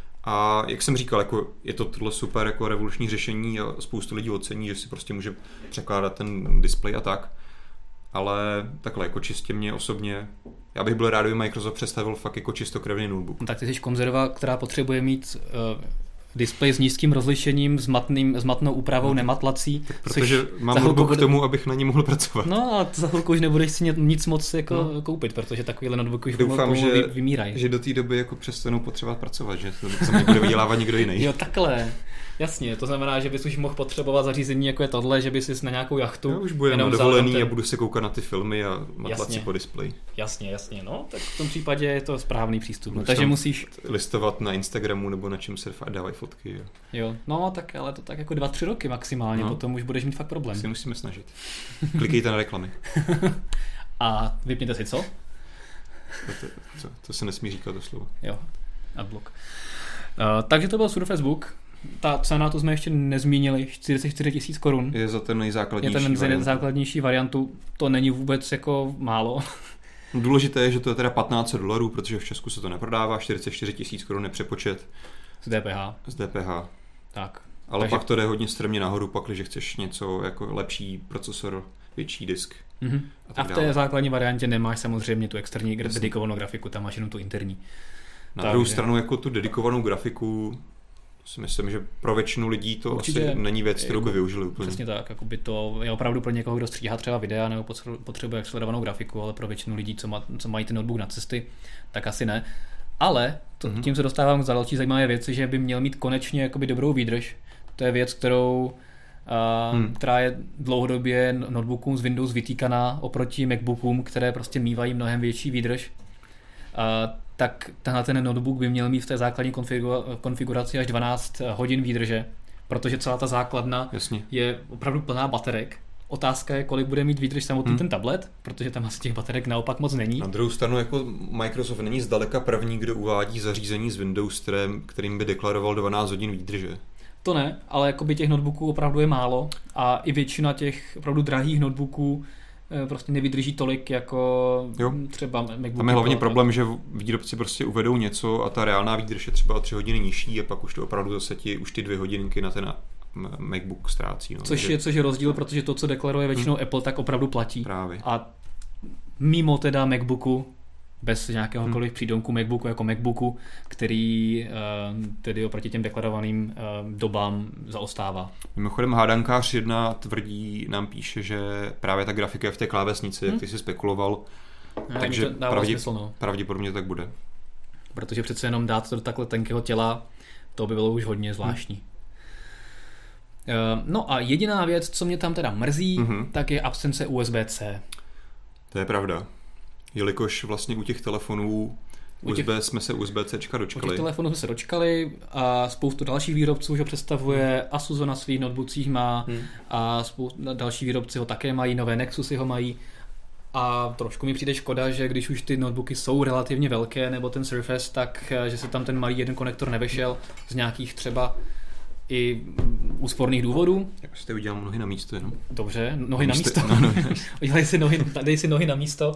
A jak jsem říkal, jako je to tohle super jako revoluční řešení a spoustu lidí ocení, že si prostě může překládat ten displej a tak. Ale takhle jako čistě mě osobně, já bych byl rád, kdyby Microsoft představil fakt jako čistokrevný notebook. Tak ty jsi konzerva, která potřebuje mít uh, displej s nízkým rozlišením, s, matným, s matnou úpravou, no, nematlací. Tak protože mám notebook bude... k tomu, abych na ní mohl pracovat. No a za chvilku už nebudeš si nic moc jako no. koupit, protože takovýhle notebook už doufám, že, vymírají. že do té doby jako přestanou potřebovat pracovat, že to se nebude vydělávat někdo jiný. Jo, takhle. Jasně, to znamená, že bys už mohl potřebovat zařízení jako je tohle, že bys si na nějakou jachtu. Já už budu na dovolený ten... a budu se koukat na ty filmy a matlat si po displeji. Jasně, jasně, no, tak v tom případě je to správný přístup. No, takže musíš listovat na Instagramu nebo na čem surfat, dávají fotky. Jo. jo, no tak ale to tak jako dva, tři roky maximálně, no. Potom už budeš mít fakt problém. Si musíme snažit. Klikejte na reklamy. A vypněte si co? To, to, to, to se nesmí říkat doslova. Jo, adblock. Uh, takže to byl Surface Book. Ta cena, tu jsme ještě nezmínili, čtyřicet čtyři tisíc korun. Je za ten nejzákladnější variantu. Je ten variantu. nejzákladnější variantu, to není vůbec jako málo. Důležité je, že to je teda patnáct set dolarů, protože v Česku se to neprodává, čtyřicet čtyři tisíc korun je přepočet. Z D P H. Z D P H. Tak. Ale takže... pak to jde hodně strmě nahoru, pak, když chceš něco jako lepší procesor, větší disk. Mm-hmm. A, a v té dále. Základní variantě nemáš samozřejmě tu externí dedikovanou grafiku, tam máš jenom tu interní. Na druhou takže... stranu jako tu dedikovanou grafiku si myslím, že pro většinu lidí to určitě asi není věc, kterou by využili úplně. Přesně tak, jako by to je opravdu pro někoho, kdo stříhá třeba videa nebo potřebuje akcelerovanou grafiku, ale pro většinu lidí, co, má, co mají ten notebook na cesty, tak asi ne. Ale to, tím se dostávám k další zajímavé věci, že by měl mít konečně jakoby dobrou výdrž. To je věc, kterou, uh, hmm. která je dlouhodobě notebookům z Windows vytýkaná oproti MacBookům, které prostě mívají mnohem větší výdrž. Uh, tak tenhle ten notebook by měl mít v té základní konfiguraci až dvanáct hodin výdrže, protože celá ta základna Jasně. je opravdu plná baterek. Otázka je, kolik bude mít výdrž samotný hmm. ten tablet, protože tam asi těch baterek naopak moc není. Na druhou stranu jako Microsoft není zdaleka první, kdo uvádí zařízení z Windows, kterým, kterým by deklaroval dvanáct hodin výdrže. To ne, ale jakoby těch notebooků opravdu je málo a i většina těch opravdu drahých notebooků prostě nevydrží tolik jako jo. třeba MacBooky. Tam je hlavně problém, že výrobci prostě uvedou něco a ta reálná výdrž je třeba o tři hodiny nižší a pak už to opravdu zase ti, už ty dvě hodinky na ten MacBook ztrácí. No. Což, je, což je rozdíl, protože to, co deklaruje většinou hmm. Apple, tak opravdu platí. Právě. A mimo teda MacBooku, bez nějakéhokoliv hmm. přídomku MacBooku jako MacBooku, který uh, tedy oproti těm deklarovaným uh, dobám zaostává. Mimochodem hádankář jedna tvrdí, nám píše, že právě ta grafika je v té klávesnici, hmm. jak ty jsi spekuloval, Já, takže to pravdě, smysl, no. pravděpodobně tak bude. Protože přece jenom dát to do takhle tenkého těla, to by bylo už hodně zvláštní. Hmm. No a jediná věc, co mě tam teda mrzí, mm-hmm. tak je absence U S B C. To je pravda. Jelikož vlastně u těch telefonů U S B těch, jsme se U S B Cčka dočkali. U těch telefonů jsme se dočkali a spoustu dalších výrobců ho představuje. Hmm. Asus ho na svých notebookcích má hmm. a spoustu další výrobci ho také mají, nové Nexusy ho mají. A trošku mi přijde škoda, že když už ty notebooky jsou relativně velké, nebo ten Surface, tak že se tam ten malý jeden konektor nevešel z nějakých třeba i úsporných důvodů. Jak jste udělal nohy na místo, jenom? Dobře, nohy na místo. No, no, Udělej si nohy, dej si nohy na místo.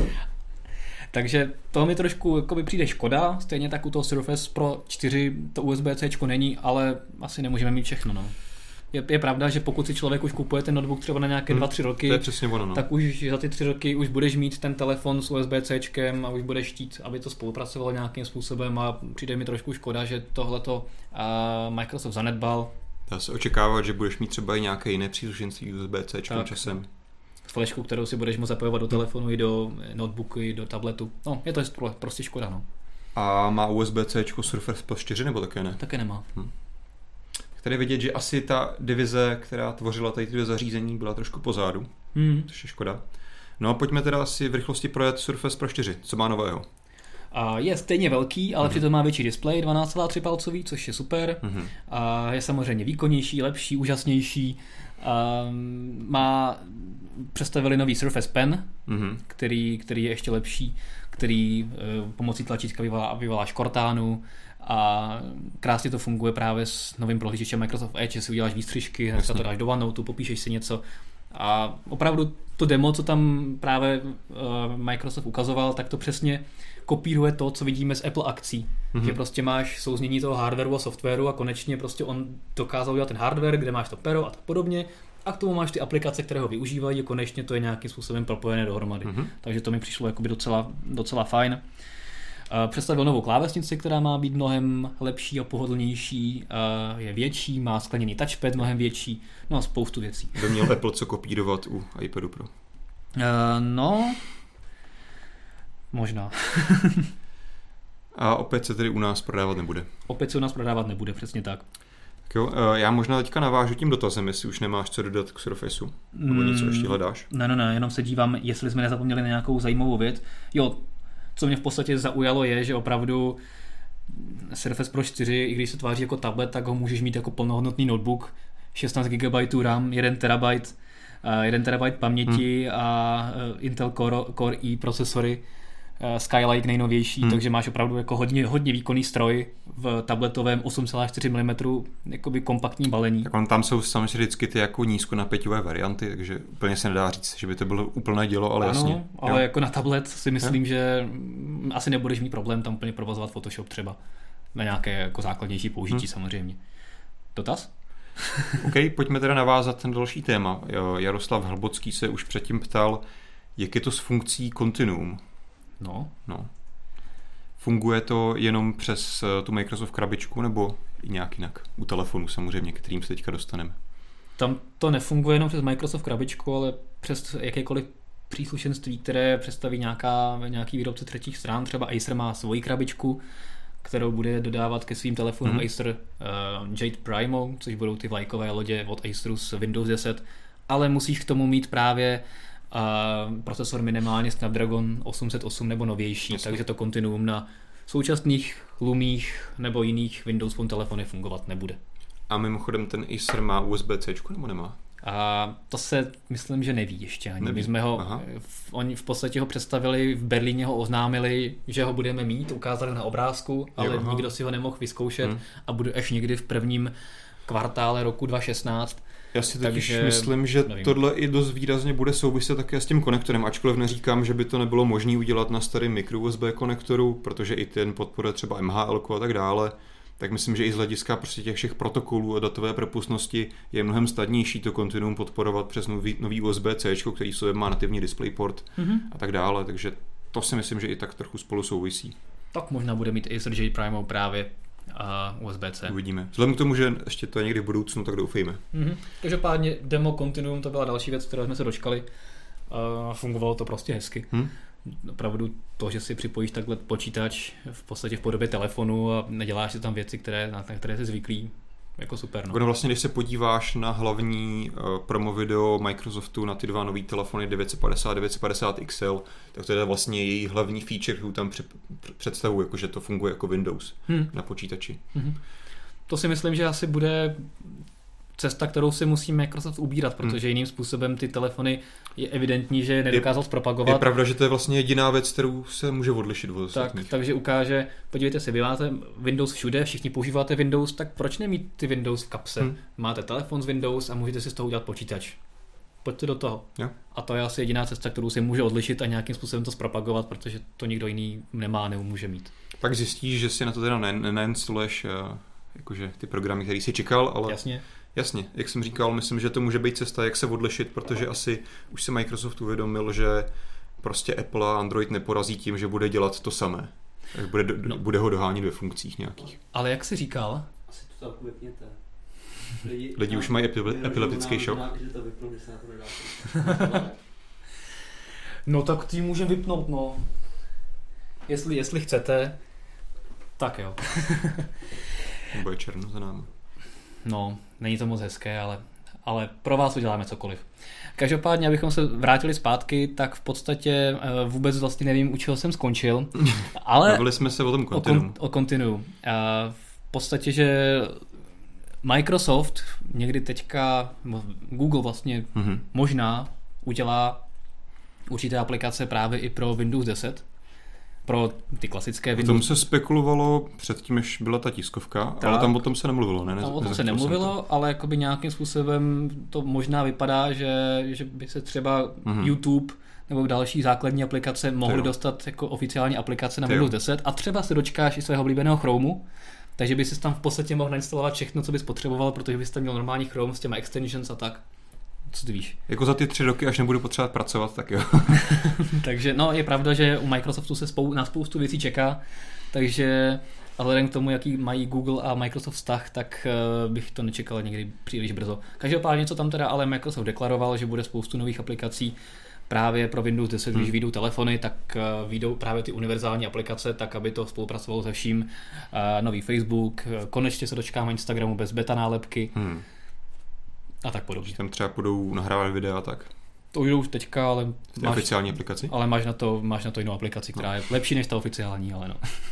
Takže to mi trošku jakoby přijde škoda, stejně tak u toho Surface Pro čtyři to U S B C není, ale asi nemůžeme mít všechno. No. Je, je pravda, že pokud si člověk už kupuje ten notebook třeba na nějaké hmm, dva tři roky, to je přesně ono, no. tak už za ty tři roky už budeš mít ten telefon s U S B C a už budeš chtít, aby to spolupracovalo nějakým způsobem a přijde mi trošku škoda, že tohleto uh, Microsoft zanedbal. Dá se očekávat, že budeš mít třeba i nějaké jiné příslušenství U S B C časem. S fleškou, kterou si budeš moct zapojovat do telefonu i do notebooku, i do tabletu. No, je to prostě škoda, no. A má U S B C Surface Pro čtyři nebo také ne? Také nemá. Hm. Tady vidět, že asi ta divize, která tvořila tady ty dvě zařízení, byla trošku pozadu, hmm. což je škoda. No a pojďme teda asi v rychlosti projet Surface Pro čtyři. Co má nového? A je stejně velký, ale hmm. přitom má větší displej, dvanáct celá tři palcový, což je super. Hmm. A je samozřejmě výkonnější, lepší, úžasnější. A má představili nový Surface Pen, hmm. který, který je ještě lepší, který pomocí tlačítka vyvolá, vyvolá škortánu. A krásně to funguje právě s novým prohlížečem Microsoft Edge, že si uděláš výstřižky, hnedka to dáš do OneNote, popíšeš si něco. A opravdu to demo, co tam právě uh, Microsoft ukazoval, tak to přesně kopíruje to, co vidíme z Apple akcí. Mm-hmm. Že prostě máš souznění toho hardwareu a softwaru a konečně prostě on dokázal udělat ten hardware, kde máš to pero a tak podobně. A k tomu máš ty aplikace, které ho využívají a konečně to je nějakým způsobem propojené dohromady. Mm-hmm. Takže to mi přišlo jakoby docela, docela fajn. Představil novou klávesnici, která má být mnohem lepší a pohodlnější, je větší, má skleněný touchpad mnohem větší, no a spoustu věcí. To měl Apple co kopírovat u iPadu Pro? Uh, no, možná. A opět se tedy u nás prodávat nebude? Opět se u nás prodávat nebude, přesně tak. Tak jo, já možná teďka navážu tím dotazem, jestli už nemáš co dodat k Surfaceu, nebo něco ještě hledáš? Ne, ne, ne, jenom se dívám, jestli jsme nezapomněli na nějakou zajímavou věc. Jo, co mě v podstatě zaujalo je, že opravdu Surface Pro čtyři, i když se tváří jako tablet, tak ho můžeš mít jako plnohodnotný notebook, šestnáct gigabajtů RAM, jeden terabajt, jeden terabajt paměti hmm. a Intel Core, Core i procesory, Skylake nejnovější, hmm. takže máš opravdu jako hodně, hodně výkonný stroj v tabletovém osm celá čtyři milimetru jakoby kompaktní balení. Tak on tam jsou samozřejmě vždycky ty jako nízkonapěťové varianty, takže úplně se nedá říct, že by to bylo úplné dělo, ale ano, jasně. ale jo. jako na tablet si myslím, jo. že asi nebudeš mít problém tam úplně provozovat Photoshop třeba na nějaké jako základnější použití hmm. samozřejmě. Dotaz? OK, pojďme teda navázat ten další téma. Jaroslav Hlbocký se už předtím ptal, jak je to s funkcí Continuum. No. no. Funguje to jenom přes tu Microsoft krabičku nebo i nějak jinak? U telefonu samozřejmě, kterým se teďka dostaneme. Tam to nefunguje jenom přes Microsoft krabičku, ale přes jakékoliv příslušenství, které představí nějaká, nějaký výrobce třetích stran, třeba Acer má svoji krabičku, kterou bude dodávat ke svým telefonům mm-hmm. Acer uh, Jade Primo, což budou ty vlajkové lodě od Aceru s Windows deset, ale musíš k tomu mít právě uh, procesor minimálně Snapdragon osm set osm nebo novější, Jasně. takže to kontinuum na současných Lumích nebo jiných Windows Phone telefony fungovat nebude. A mimochodem ten Acer má U S B C nebo nemá? A to se myslím, že neví ještě ani. Neví. My jsme ho, v, oni v podstatě ho představili, v Berlíně ho oznámili, že ho budeme mít, ukázali na obrázku, ale jo, nikdo si ho nemohl vyzkoušet hmm. a bude až někdy v prvním kvartále roku dva tisíce šestnáct. Já si totiž Takže, myslím, že nevím. Tohle i dost výrazně bude souviset také s tím konektorem, ačkoliv neříkám, že by to nebylo možné udělat na starém micro U S B konektoru, protože i ten podporuje třeba M H L a tak dále. Tak myslím, že i z hlediska prostě těch všech protokolů a datové propustnosti je mnohem snadnější to kontinuum podporovat přes nový, nový U S B C, který v sobě má nativní DisplayPort mm-hmm. a tak dále, takže to si myslím, že i tak trochu spolu souvisí. Tak možná bude mít Acer Jade Primo právě a U S B C. Uvidíme. Vzhledem k tomu, že ještě to je někdy v budoucnu, tak doufejme. Mm-hmm. Každopádně demo Continuum to byla další věc, kterou jsme se dočkali a fungovalo to prostě hezky. Hmm? Opravdu to, že si připojíš takhle počítač v podstatě v podobě telefonu a neděláš si tam věci, které, na které jsi zvyklý, jako super. No. No vlastně, když se podíváš na hlavní uh, promo video Microsoftu na ty dva nový telefony devět set padesát, devět set padesát X L, tak to je vlastně její hlavní feature, kterou tam představuje, jako že to funguje jako Windows hmm. na počítači. Hmm. To si myslím, že asi bude cesta, kterou si musí Microsoft ubírat, protože hmm. jiným způsobem ty telefony je evidentní, že nedokázal zpropagovat. Je pravda, že to je vlastně jediná věc, kterou se může odlišit od ostatních. Tak, takže ukáže, podívejte se, vy máte Windows všude, všichni používáte Windows, tak proč nemít ty Windows v kapse? Hmm. Máte telefon z Windows a můžete si z toho udělat počítač. Pojďte do toho. Jo. A to je asi jediná cesta, kterou se může odlišit a nějakým způsobem to zpropagovat, protože to nikdo jiný nemá, nemůže mít. Pak zjistíš, že si na to teda neinstaluješ jakože ty programy, který jsi čekal, ale... Jasně. Jasně, jak jsem říkal, myslím, že to může být cesta, jak se odlišit, protože asi už se Microsoft uvědomil, že prostě Apple a Android neporazí tím, že bude dělat to samé. Bude, do, no. bude ho dohánět ve funkcích nějakých. Ale jak jsi říkal? Asi to tak vypněte. Lidi, Lidi už mají epile, epileptický šok. No tak ty můžeme vypnout, no. Jestli, jestli chcete, tak jo. Bude černo za námi. No, není to moc hezké, ale, ale pro vás uděláme cokoliv. Každopádně, abychom se vrátili zpátky, tak v podstatě uh, vůbec vlastně nevím, u čeho jsem skončil. Ale bavili jsme se o tom kontinuum. O, kontinuum. Uh, v podstatě, že Microsoft někdy teďka, Google vlastně mm-hmm. možná udělá určité aplikace právě i pro Windows deset. Pro ty klasické Windows. O tom se spekulovalo předtím, než byla ta tiskovka, tak, ale tam o tom se nemluvilo, ne? Tam o tom se nemluvilo, to. Ale jakoby nějakým způsobem to možná vypadá, že, že by se třeba mm-hmm. YouTube nebo další základní aplikace mohly dostat jako oficiální aplikace na Windows deset a třeba se dočkáš i svého oblíbeného Chromu, takže by si tam v podstatě mohl nainstalovat všechno, co bys potřeboval, protože bys tam měl normální Chrome s těma extensions a tak. Co ty víš? Jako za ty tři roky, až nebudu potřebovat pracovat, tak jo. Takže no, je pravda, že u Microsoftu se spou- na spoustu věcí čeká, takže a vzhledem k tomu, jaký mají Google a Microsoft vztah, tak uh, bych to nečekal někdy příliš brzo. Každopádně něco tam teda ale Microsoft deklaroval, že bude spoustu nových aplikací právě pro Windows deset, hmm. když vyjdou telefony, tak uh, vyjdou právě ty univerzální aplikace, tak aby to spolupracovalo se vším. Uh, nový Facebook, konečně se dočkáme Instagramu bez beta nálepky. Hmm. A tak podobně. Tam třeba budou nahrávat videa, tak. To jdou už teďka, ale máš, oficiální aplikaci? Ale máš na to, máš na to jinou aplikaci, která no. je lepší než ta oficiální, ale no.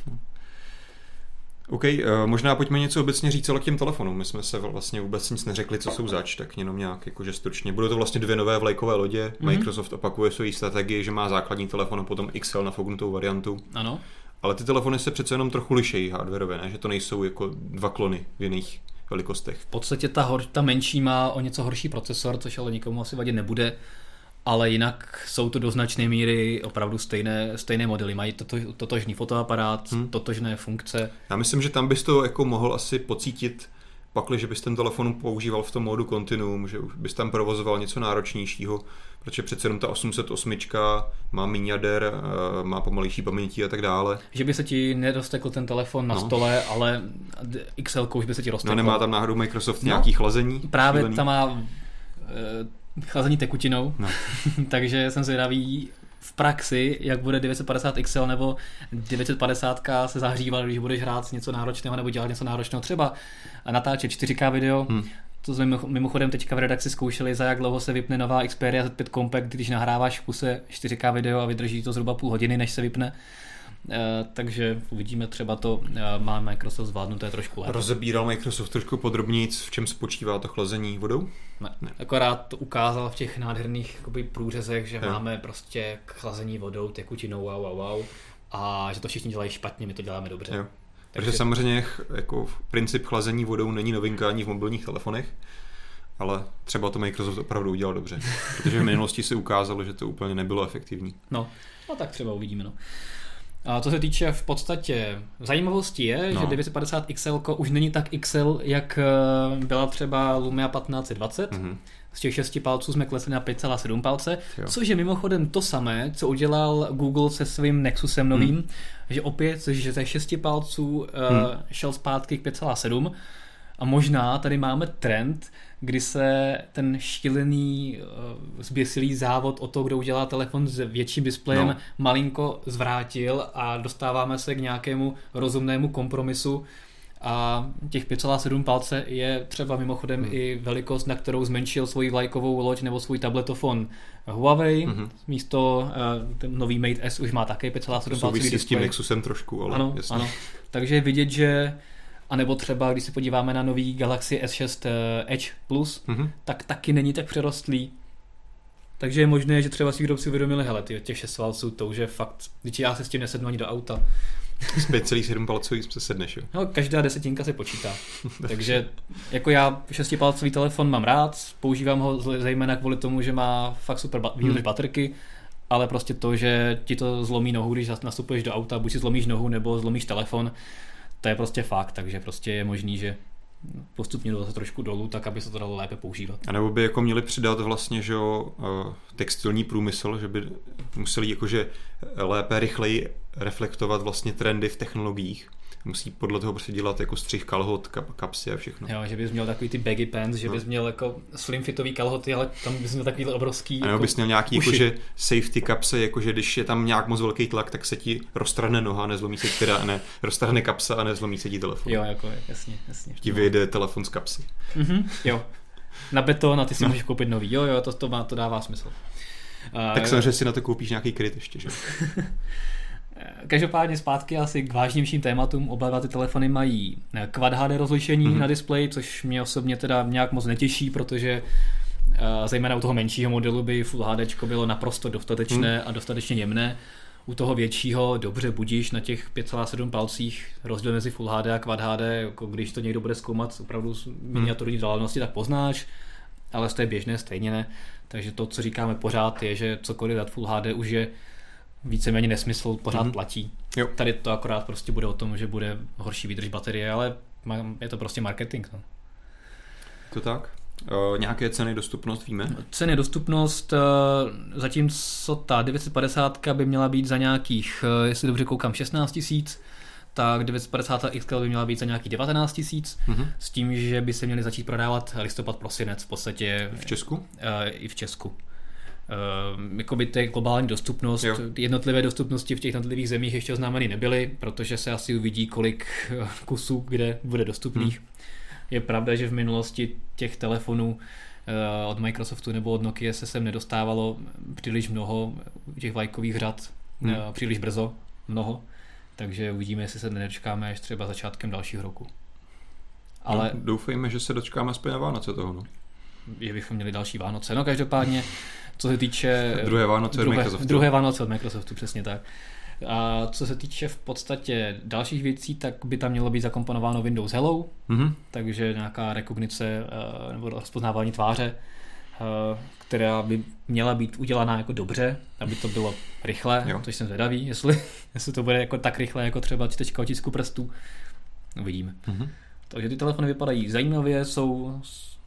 OK, uh, možná pojďme něco obecně říct ale k těm telefonům. My jsme se vlastně vůbec nic neřekli, co jsou zač, tak jenom nějak jakože stručně. Budou to vlastně dvě nové vlajkové lodě. Mm-hmm. Microsoft opakuje svoji strategii, že má základní telefon a potom X L nafouknutou variantu. Ano. Ale ty telefony se přece jenom trochu lišejí hardwareově, ne? Že to nejsou jako dva klony v jiných velikostech. V podstatě ta, hor, ta menší má o něco horší procesor, což ale nikomu asi vadit nebude, ale jinak jsou to do značné míry opravdu stejné, stejné modely. Mají toto, totožný fotoaparát, hmm. totožné funkce. Já myslím, že tam bys to jako mohl asi pocítit, pakli, že bys ten telefon používal v tom módu Continuum, že bys tam provozoval něco náročnějšího, protože přece jenom ta osm set osm má méně jader, má pomalejší paměti a tak dále. Že by se ti nedostekl ten telefon na no. stole, ale X L už by se ti roztekl. No nemá tam náhodou Microsoft no, nějaký chlazení? Právě šílený. Tam má chlazení tekutinou, No. takže jsem zvědavý v praxi, jak bude devět set padesát X L nebo devět set padesát se zahřívat, když budeš hrát něco náročného nebo dělat něco náročného, třeba natáčet čtyři ká video. Hmm. To jsme mimochodem teďka v redakci zkoušeli, za jak dlouho se vypne nová Xperia Z pět Compact, když nahráváš v kuse čtyři ká video a vydrží to zhruba půl hodiny, než se vypne. Uh, takže uvidíme, třeba to uh, má Microsoft zvládnuté trošku lépe. Rozebíral Microsoft trošku podrobnějc, v čem spočívá to chlazení vodou? Ne. ne. Akorát to ukázal v těch nádherných jakoby, průřezech, že jo. máme prostě k chlazení vodou, tekutinou, wow, wow, wow, a že to všichni dělají špatně, my to děláme dobře. Jo. Takže samozřejmě jako princip chlazení vodou není novinka ani v mobilních telefonech, ale třeba to Microsoft opravdu udělal dobře, protože v minulosti se ukázalo, že to úplně nebylo efektivní. No, no tak třeba uvidíme. No. A co se týče v podstatě zajímavosti je, no. že devět set padesát X L už není tak X L, jak byla třeba Lumia patnáct set dvacet. Mm-hmm. Z těch šesti palců jsme klesli na pět celá sedm palce, jo. což je mimochodem to samé, co udělal Google se svým Nexusem novým, hmm. že opět že ze šesti palců hmm. uh, šel zpátky k pět celá sedm a možná tady máme trend, kdy se ten šílený uh, zběsilý závod o to, kdo udělá telefon s větším displejem, no. malinko zvrátil a dostáváme se k nějakému rozumnému kompromisu. A těch pět celá sedm palce je třeba mimochodem hmm. i velikost, na kterou zmenšil svoji vlajkovou loď nebo svůj tabletofon Huawei. Hmm. Místo uh, ten nový Mate S už má také pět celá sedm palcový displej. Souvisí s tím Nexusem trošku, ale ano, jasně. Ano. Takže vidět, že a nebo třeba, když se podíváme na nový Galaxy S šest Edge Plus, hmm. tak taky není tak přerostlý. Takže je možné, že třeba si výrobci uvědomili, hele, ty, těch šest palců, to už je fakt, když já se s tím nesednu ani do auta. Z pět celá sedm palců se sedneš, jo? No, každá desetinka se počítá. Takže jako já šestipalcový telefon mám rád, používám ho zejména kvůli tomu, že má fakt super výdrž hmm. baterky, ale prostě to, že ti to zlomí nohu, když nastupuješ do auta, buď si zlomíš nohu nebo zlomíš telefon, to je prostě fakt, takže prostě je možný, že postupně to trošku dolů, tak aby se to dalo lépe používat. A nebo by jako měli přidat vlastně, že jo, textilní průmysl, že by museli jakože lépe, rychleji reflektovat vlastně trendy v technologiích. Musí podle toho prostě dělat jako střih kalhot, kap, kapsy a všechno. Jo, že bys měl takový ty baggy pants, že no. bys měl jako slim fitový kalhoty, ale tam bys měl takový obrovský. A nebo jako bys měl nějaký jakože safety kapse, jakože když je tam nějak moc velký tlak, tak se ti roztrhne noha, nezlomí se teda, ne, roztrhne kapsa a nezlomí se ti telefon. Jo, jako jasně, jasně. Ti vyjde telefon z kapsy. Mhm, jo. Na beton a ty si no. můžeš koupit nový. Jo, jo, to, to, má, to dává smysl. Tak uh, samozřejmě si na to koupíš nějaký kryt ještě, že? Každopádně zpátky asi k vážnějším tématům. Oba dva ty telefony mají Quad H D rozlišení mm-hmm. na displeji, což mě osobně teda nějak moc netěší, protože uh, zejména u toho menšího modelu by Full H D bylo naprosto dostatečné mm. a dostatečně jemné. U toho většího dobře budíš na těch pět celá sedm palcích rozdíl mezi Full H D a Quad H D, jako když to někdo bude zkoumat opravdu z miniaturní vzdálenosti, tak poznáš, ale z té běžné stejně ne. Takže to, co říkáme pořád, je, že cokoliv dát Full H D už je víceméně nesmysl, pořád mm-hmm. platí. Jo. Tady to akorát prostě bude o tom, že bude horší výdrž baterie, ale je to prostě marketing. No. To tak? Uh, nějaké ceny, dostupnost víme? Ceny, dostupnost, uh, zatímco ta devět set padesát by měla být za nějakých, uh, jestli dobře koukám, šestnáct tisíc, tak devět set padesát X L by měla být za nějakých devatenáct tisíc, mm-hmm. s tím, že by se měly začít prodávat listopad, prosinec v podstatě. V Česku? Uh, I v Česku. Uh, jakoby té globální dostupnost, jo. Jednotlivé dostupnosti v těch jednotlivých zemích ještě oznámeny nebyly, protože se asi uvidí, kolik kusů kde bude dostupných. Hmm. Je pravda, že v minulosti těch telefonů uh, od Microsoftu nebo od Nokia se sem nedostávalo příliš mnoho, těch vlajkových řad hmm. uh, příliš brzo, mnoho, takže uvidíme, jestli se nedočkáme až třeba začátkem dalšího roku. Ale no, doufejme, že se dočkáme aspoň na Vánoce toho. No. Že bychom měli další Vánoce. No každopádně, co se týče... Druhé Vánoce od Microsoftu. Druhé Vánoce od Microsoftu, přesně tak. A co se týče v podstatě dalších věcí, tak by tam mělo být zakomponováno Windows Hello, mm-hmm. takže nějaká rekognice nebo rozpoznávání tváře, která by měla být udělaná jako dobře, aby to bylo rychle, jo. Což jsem zvědavý, jestli, jestli to bude jako tak rychle jako třeba čtečka otisku prstů. Uvidíme. Mm-hmm. Takže ty telefony vypadají zajímavě, jsou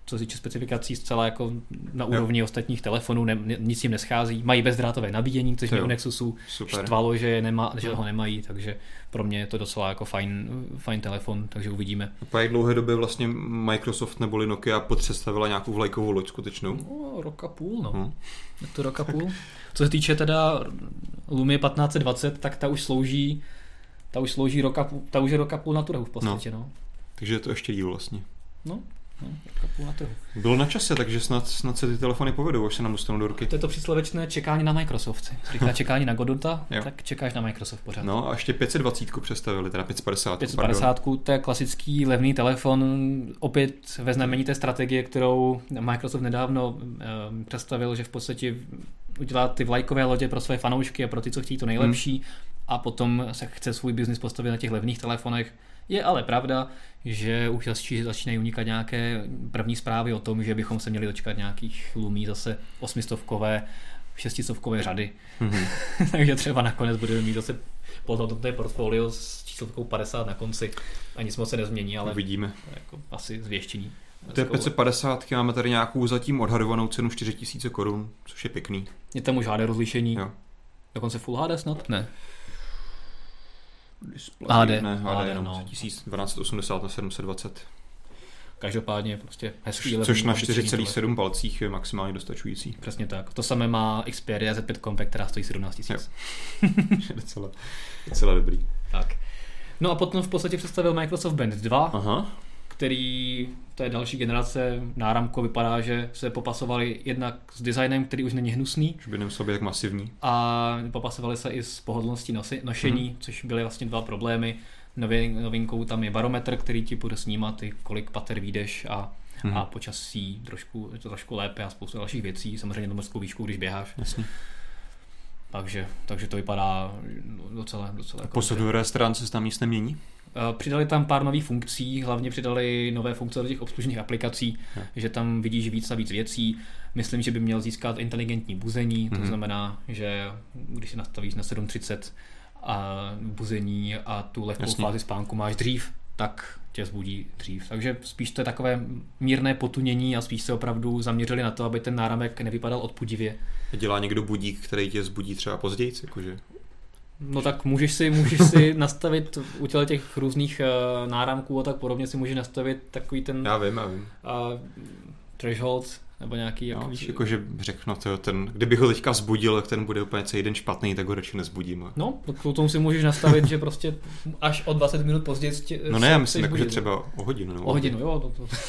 co se týče specifikací, zcela jako na úrovni jo. ostatních telefonů, ne, nic jim neschází. Mají bezdrátové nabíjení, což mě u Nexusu Super. štvalo, že, je nemá, že ho nemají, takže pro mě je to docela jako fajn, fajn telefon, takže uvidíme. A po jak dlouhé době vlastně Microsoft neboli Nokia představila nějakou vlajkovou loď skutečnou? No, rok a půl, no. Hmm. Je to rok a půl. Co se týče teda Lumie patnáct set dvacet, tak ta už slouží ta už slouží rok a půl, ta už je rok a půl na trhu v podstatě, no. no. Takže je to ještě díl vlastně. No. No, rok a půl na trhu. Bylo na čase, takže snad, snad se ty telefony povedou, až se nám dostanou do ruky. To je to příslovečné čekání na Microsoft. Říká čekání na Godota, tak čekáš na Microsoft pořád. No a ještě pět set dvacet představili, teda pět set padesát. pět set padesát, to je klasický levný telefon, opět ve znamení té strategie, kterou Microsoft nedávno eh, představil, že v podstatě udělá ty vlajkové lodě pro své fanoušky a pro ty, co chtějí to nejlepší hmm. a potom se chce svůj biznis postavit na těch levných telefonech. Je ale pravda, že už začínají unikat nějaké první zprávy o tom, že bychom se měli dočkat nějakých Lumí zase osmistovkové, šestistovkové řady. Mm-hmm. Takže třeba nakonec budeme mít zase podhodnotné portfolio s číslovkou padesát na konci a nic moc se nezmění, ale uvidíme. Jako asi zvěštění. To je pět set padesát, máme tady nějakou zatím odhadovanou cenu čtyři tisíce korun, což je pěkný. Je tam už H D rozlišení, jo. Dokonce Full H D snad? Ne. Display, H D, ne, H D, H D jenom no. dvanáct osmdesát na sedm set dvacet. Každopádně prostě hezký. Což na čtyři celá sedm palcích je maximálně dostačující. Přesně tak. To samé má Xperia Z pět Compact, která stojí sedmnáct tisíc. docela, docela dobrý. Tak. No a potom v podstatě představil Microsoft Band dva, Aha. který, to je další generace, náramko vypadá, že se popasovali jednak s designem, který už není hnusný. Už by nemusel být tak masivní. A popasovali se i s pohodlností nosi, nošení, hmm. což byly vlastně dva problémy. Novin, novinkou tam je barometr, který ti bude snímat, kolik pater vyjdeš a, hmm. a počasí trošku, je to trošku lépe a spoustu dalších věcí, samozřejmě na mořskou výšku, když běháš. Jasně. Takže, takže to vypadá docela, docela jako po softwarové stránce se tam nic nemění? Přidali tam pár nových funkcí, hlavně přidali nové funkce do těch obslužných aplikací, no. že tam vidíš víc a víc věcí. Myslím, že by měl získat inteligentní buzení, to mm-hmm. znamená, že když si nastavíš na sedm třicet a buzení a tu lehkou Jasně. fázi spánku máš dřív, tak tě zbudí dřív. Takže spíš to je takové mírné potunění a spíš se opravdu zaměřili na to, aby ten náramek nevypadal odpudivě. Dělá někdo budík, který tě zbudí třeba později? Jakože... No tak můžeš si, můžeš si nastavit u těch různých uh, náramků a tak podobně si můžeš nastavit takový ten já vím, já vím. Uh, threshold nebo nějaký no, jak, víš, jakože řeknu to, ten, kdybych ho teďka zbudil, tak ten bude úplně celý den špatný, tak ho radši nezbudím. No, tak k tomu si můžeš nastavit, že prostě až o dvacet minut později tě, no ne, já myslím, jako, že třeba o hodinu. Nebo o hodinu, jo. To, to.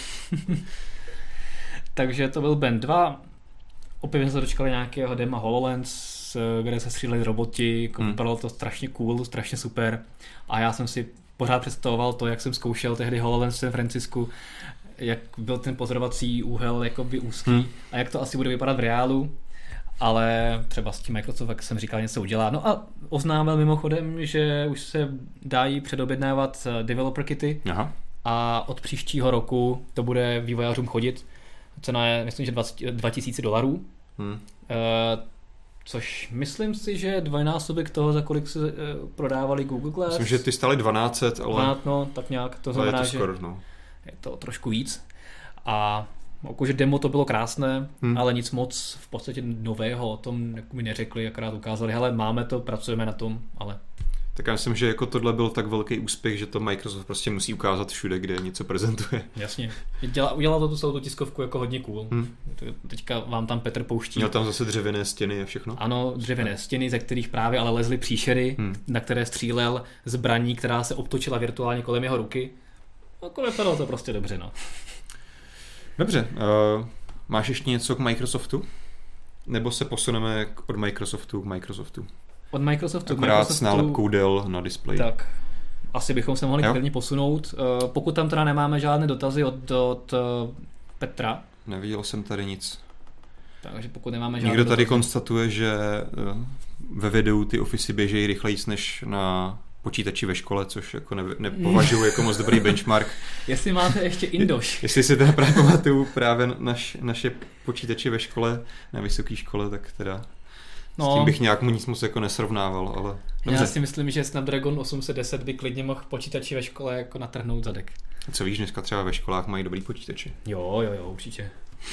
Takže to byl Band dva. Opět jsme se dočkali nějakého dema HoloLens, kde se stříleli roboti, hmm. vypadalo to strašně cool, strašně super. A já jsem si pořád představoval to, jak jsem zkoušel tehdy HoloLens v San Francisku, jak byl ten pozorovací úhel jakoby úzký hmm. a jak to asi bude vypadat v reálu. Ale třeba s tím Microsoft, jak jsem říkal, něco udělá. No a oznámil mimochodem, že už se dají předobjednávat developer kity. Aha. A od příštího roku to bude vývojářům chodit. Cena je, myslím, že dva tisíce dolarů. Hmm. Uh, což myslím si, že je dvojnásobek toho, za kolik se uh, prodávali Google Glass. Myslím, že ty stály dvanáct set, ale... dvanáct, no, tak nějak. To znamená, je to skoro, že no. je to trošku víc. A jakože demo to bylo krásné, hmm. ale nic moc v podstatě nového o tom mi neřekli, akorát ukázali, hele, máme to, pracujeme na tom, ale... Tak já myslím, že jako tohle byl tak velký úspěch, že to Microsoft prostě musí ukázat všude, kde něco prezentuje. Jasně. Děla, udělal to tu celou tu tiskovku jako hodně cool. Hmm. Teďka vám tam Petr pouští. Měl tam zase dřevěné stěny a všechno? Ano, dřevěné stěny, ze kterých právě ale lezly příšery, hmm. na které střílel zbraní, která se obtočila virtuálně kolem jeho ruky. No, vypadalo to prostě dobře, no. Dobře. Uh, máš ještě něco k Microsoftu? Nebo se posuneme od Microsoftu k Microsoftu? Od Microsoftu Akorát Microsoftu, s nálepkou Dell na displeji. Tak, asi bychom se mohli klidně posunout. Pokud tam teda nemáme žádné dotazy od, od Petra. Neviděl jsem tady nic. Takže pokud nemáme žádné Někdo tady dotazy. konstatuje, že ve videu ty Office běžejí rychleji než na počítači ve škole, což jako ne, nepovažuji jako moc dobrý benchmark. Jestli máte ještě Indoš. Jestli si teda právě pamatuju právě naš, naše počítače ve škole, na vysoké škole, tak teda... No, s tím bych nějak mu nic moc jako nesrovnával, ale... Dobře. Já si myslím, že Snapdragon osm set deset by klidně mohl počítači ve škole jako natrhnout zadek. Co víš, dneska třeba ve školách mají dobrý počítače. Jo, jo, jo, určitě.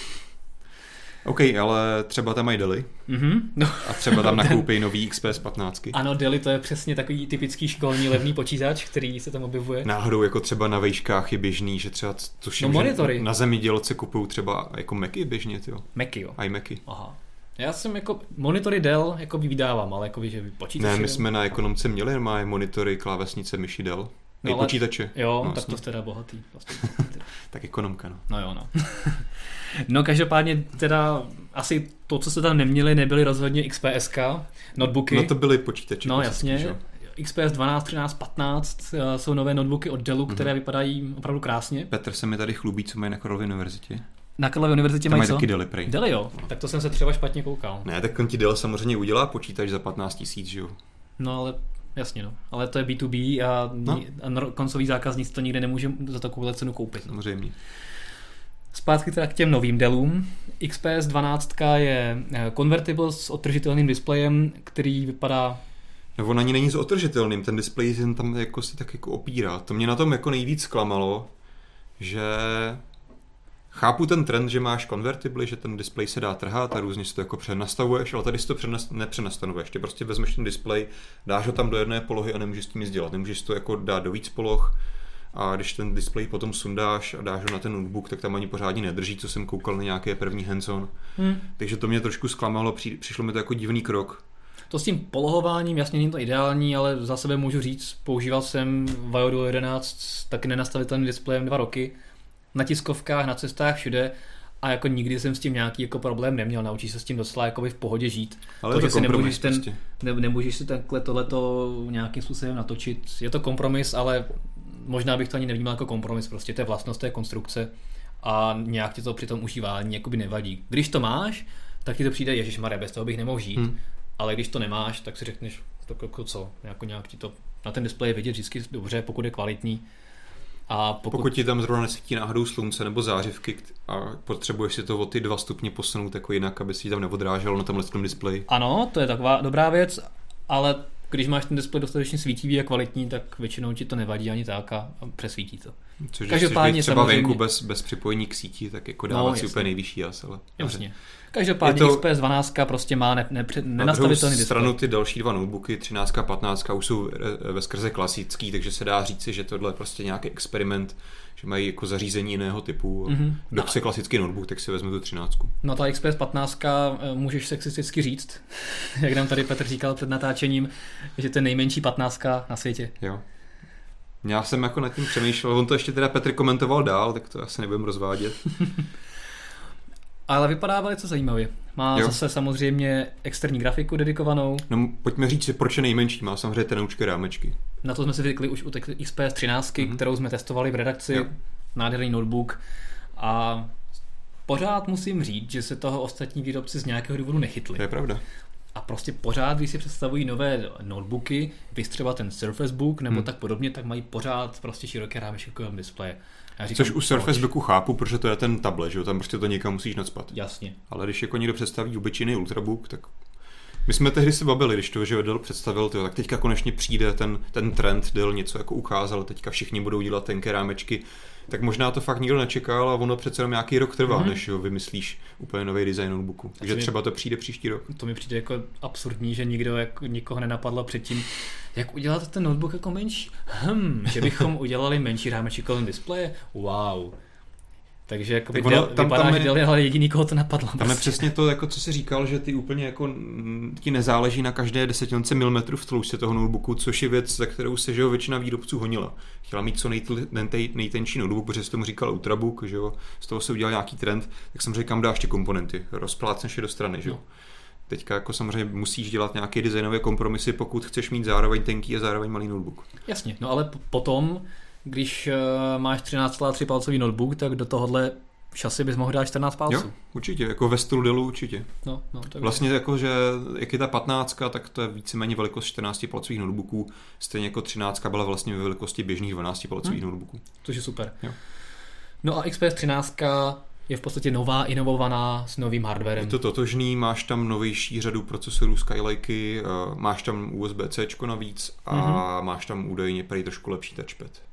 OK, ale třeba tam mají Deli. Mm-hmm. No. A třeba tam nakoupí nový X P S patnáct. Ano, Deli to je přesně takový typický školní levný počítač, který se tam objevuje. Náhodou jako třeba na vejškách je běžný, že třeba tuším, no, monitory. Že na zemědělce kupují třeba jako Macy běžně, jo. Macy, jo. iMacy. Aha. Já jsem jako monitory Dell jako vydávám, ale jako že počítače. Ne, my jsme na ekonomce měli normálně monitory, klávesnice, myši Dell. No, ale... počítače. Jo, no, tak to jste teda bohatý. Vlastně. Tak ekonomka, no. No jo, no. No každopádně teda asi to, co se tam neměli, nebyly rozhodně X P S ka, notebooky. No to byly počítače. No jasně. Že? X P S dvanáct, třináct, patnáct jsou nové notebooky od Dellu, které mm-hmm. vypadají opravdu krásně. Petr se mi tady chlubí, co mají na Karlově univerzitě. Na Karlově univerzitě mají mají co? taky Deli prej. Deli jo, tak to jsem se třeba špatně koukal. Ne, tak on ti Dell samozřejmě udělá počítač za patnáct tisíc, že jo? No ale jasně no, ale to je B dvě B a, no. a koncový zákazník to nikde nemůže za takovou cenu koupit. Samozřejmě. Zpátky teda k těm novým Dellům. X P S dvanáct je convertible s odtržitelným displejem, který vypadá... No on ani není s odtržitelným, ten displej jen tam jako si tak jako opírá. To mě na tom jako nejvíc zklamalo, že chápu ten trend, že máš konvertibly, že ten displej se dá trhat a různě si to jako přenastavuješ, ale tady si to nepřenastavuješ. Ty prostě vezmeš ten displej, dáš ho tam do jedné polohy a nemůžeš s tím nic dělat. Nemůžeš to jako dát do víc poloh. A když ten displej potom sundáš a dáš ho na ten notebook, tak tam ani pořádně nedrží, co jsem koukal na nějaké první hands-on. Hmm. Takže to mě trošku zklamalo, přišlo mi to jako divný krok. To s tím polohováním, jasně není to ideální, ale za sebe můžu říct, používal jsem Viodu jedenáct s taky nenastavitelným displejem dva roky, na tiskovkách, na cestách, všude a jako nikdy jsem s tím nějaký jako problém neměl, naučíš se s tím docela jako v pohodě žít. Ale to, to že si nemůžeš, ten, prostě. ne, nemůžeš si takhle tohleto nějakým způsobem natočit. Je to kompromis, ale možná bych to ani nevnímal jako kompromis, prostě to je vlastnost té konstrukce a nějak ti to při tom užívání jakoby nevadí. Když to máš, tak ti to přijde, ježišmarja, bez toho bych nemohl žít, hmm. ale když to nemáš, tak si řekneš, tak jako co, jako nějak ti to na ten displej vidět vždycky dobře, pokud je kvalitní. A pokud... pokud ti tam zrovna nesvítí náhodou slunce nebo zářivky a potřebuješ si to o ty dva stupně posunout jako jinak, aby si ti tam neodráželo na tomhle displeji. Ano, to je taková dobrá věc, ale když máš ten displej dostatečně svítivý a kvalitní, tak většinou ti to nevadí ani tak a přesvítí to. Což každopádně třeba samozřejmě... venku bez, bez připojení k síti, tak jako dává no, si úplně nejvyšší jas. Ale... Jasně. Každopádně to... X P S dvanáct prostě má ne, ne, nenastavitelný displej. Stranu ty další dva notebooky, třináct a patnáct už jsou ve skrze klasický, takže se dá říci, že tohle je prostě nějaký experiment, že mají jako zařízení jiného typu. Mm-hmm. Kdo no. chce klasický notebook, tak si vezme tu třináctku. No ta X P S patnáct můžeš sexisticky říct, jak nám tady Petr říkal před natáčením, že to je nejmenší patnáctka na světě. Jo. Já jsem jako nad tím přemýšlel, on to ještě teda Petr komentoval dál, tak to asi nebudem rozvádět. Ale vypadá velice zajímavě. Má jo. zase samozřejmě externí grafiku dedikovanou. No pojďme říct si, proč je nejmenší. Má samozřejmě tenoučké rámečky. Na to jsme si zvykli už u X P S třináct, mm-hmm. kterou jsme testovali v redakci. Jo. Nádherný notebook. A pořád musím říct, že se toho ostatní výrobci z nějakého důvodu nechytli. To je pravda. A prostě pořád, když si představují nové notebooky, vys třeba ten Surface Book nebo hmm. tak podobně, tak mají pořád prostě široké rámečkové displeje. Což u Surface Booku chápu, protože to je ten tablet, že jo, tam prostě to někam musíš nacpat. Jasně. Ale když jako někdo představí obyčejný Ultrabook, tak my jsme tehdy se bavili, když to, že Dell představil, tyjo, tak teďka konečně přijde ten, ten trend, Dell něco jako ukázal, teďka všichni budou dělat tenké rámečky, tak možná to fakt nikdo nečekal a ono přece jenom nějaký rok trvá, mm-hmm. než jo, vymyslíš úplně nový design notebooku. Takže třeba to přijde příští rok. To mi přijde jako absurdní, že nikdo jako, nikoho nenapadlo předtím, jak udělat ten notebook jako menší. Hm, že bychom udělali menší rámeček kolem displeje. Wow. Takže jako tak ono, tam, vypadá, tam je, že Dell je ale jediný, koho to napadlo. Tam prostě. Je přesně to, jako co jsi říkal, že ty úplně jako ti nezáleží na každé desetince milimetru v tloušťce toho notebooku, což je věc, za kterou se že jo, většina výrobců honila. Chtěla mít co nejtl, nejtej, nejtenčí notebook, protože se tomu říkal Ultrabook, že jo, z toho se udělal nějaký trend, tak samozřejmě kam dáš ty komponenty, rozplácneš je do strany, že jo. No. Teďka jako samozřejmě musíš dělat nějaké designové kompromisy, pokud chceš mít zároveň tenký a zároveň malý notebook. Jasně, no ale potom když uh, máš třináct celá tři palcový notebook, tak do tohohle šasy bys mohl dát čtrnáct palců. Jo, určitě, jako ve stylu Dellu určitě. No, no, tak vlastně jako, že jak je ta patnáctka, tak to je víceméně velikost čtrnáct palcových notebooků, stejně jako třináctka byla vlastně ve velikosti běžných dvanáct palcových hmm. notebooků. Což je super. Jo. No a X P S třináct je v podstatě nová, inovovaná s novým hardwarem. Je to totožný, máš tam novější řadu procesorů Skylaky, máš tam U S B C navíc a mm-hmm. máš tam údajně prý trošku lepší touchpad.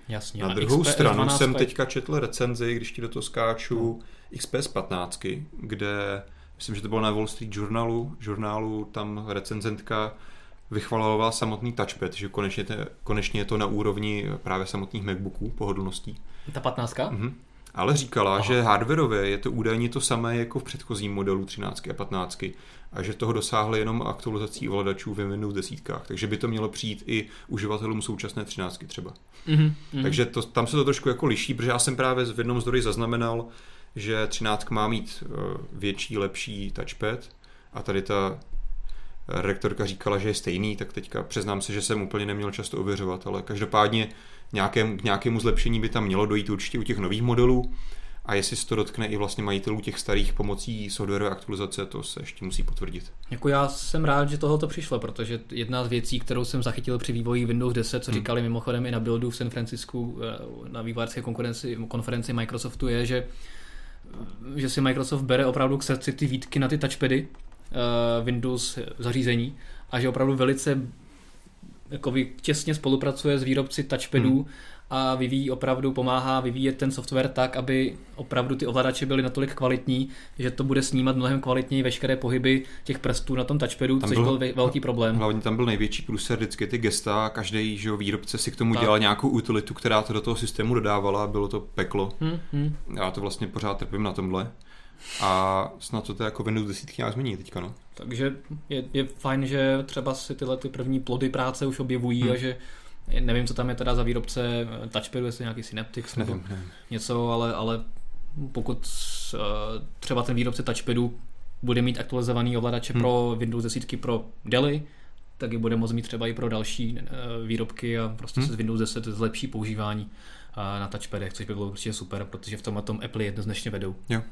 Jasně. Na a druhou X P S stranu dvanáct jsem teďka četl recenzi, když ti do toho skáču, no. X P S patnáct, kde, myslím, že to bylo na Wall Street Journalu, žurnálu, tam recenzentka vychvalovala samotný touchpad, že konečně, te, konečně je to na úrovni právě samotných MacBooků, pohodlností. Ta patnáctka? Mhm. Ale říkala, Aha. že hardwarově je to údajně to samé jako v předchozím modelu třináct a patnáct a že toho dosáhli jenom aktualizací ovladačů ve Windows desítkách, takže by to mělo přijít i uživatelům současné třináctky třeba. Mm-hmm. Takže to, tam se to trošku jako liší, protože já jsem právě v jednom zdroji zaznamenal, že třináctka má mít větší, lepší touchpad a tady ta redaktorka říkala, že je stejný, tak teďka přiznám se, že jsem úplně neměl často ověřovat, ale každopádně nějakém, k nějakému zlepšení by tam mělo dojít určitě u těch nových modelů a jestli se to dotkne i vlastně majitelů těch starých pomocí softwarové aktualizace, to se ještě musí potvrdit. Jako já jsem rád, že tohle to přišlo, protože jedna z věcí, kterou jsem zachytil při vývoji Windows deset, co hmm. říkali mimochodem i na buildu v San Francisku na vývojářské konferenci, konferenci Microsoftu, je, že, že si Microsoft bere opravdu k srdci ty výtky na ty touchpady uh, Windows zařízení a že opravdu velice jako těsně spolupracuje s výrobci touchpadů hmm. a vyvíjí opravdu, pomáhá vyvíjet ten software tak, aby opravdu ty ovladače byly natolik kvalitní, že to bude snímat mnohem kvalitněji veškeré pohyby těch prstů na tom touchpadu, tam což byl, byl velký problém. Hlavně tam byl největší průser vždycky ty gesta, každý že výrobce si k tomu tak. dělal nějakou utilitu, která to do toho systému dodávala, bylo to peklo. Hmm, hmm. Já to vlastně pořád trpím na tomhle. A snad to, to jako Windows deset nějak změní teďka, no. Takže je, je fajn, že třeba si tyhle ty první plody práce už objevují hmm. a že nevím, co tam je teda za výrobce touchpadu, jestli nějaký Synaptics nebo nevím, nevím. něco, ale, ale pokud uh, třeba ten výrobce touchpadu bude mít aktualizovaný ovladače hmm. pro Windows deset pro Deli, tak ji bude moct mít třeba i pro další uh, výrobky a prostě hmm. se z Windows deset zlepší používání uh, na touchpadech, což by bylo určitě super, protože v tom a tom Apple jednoznačně vedou. Jo.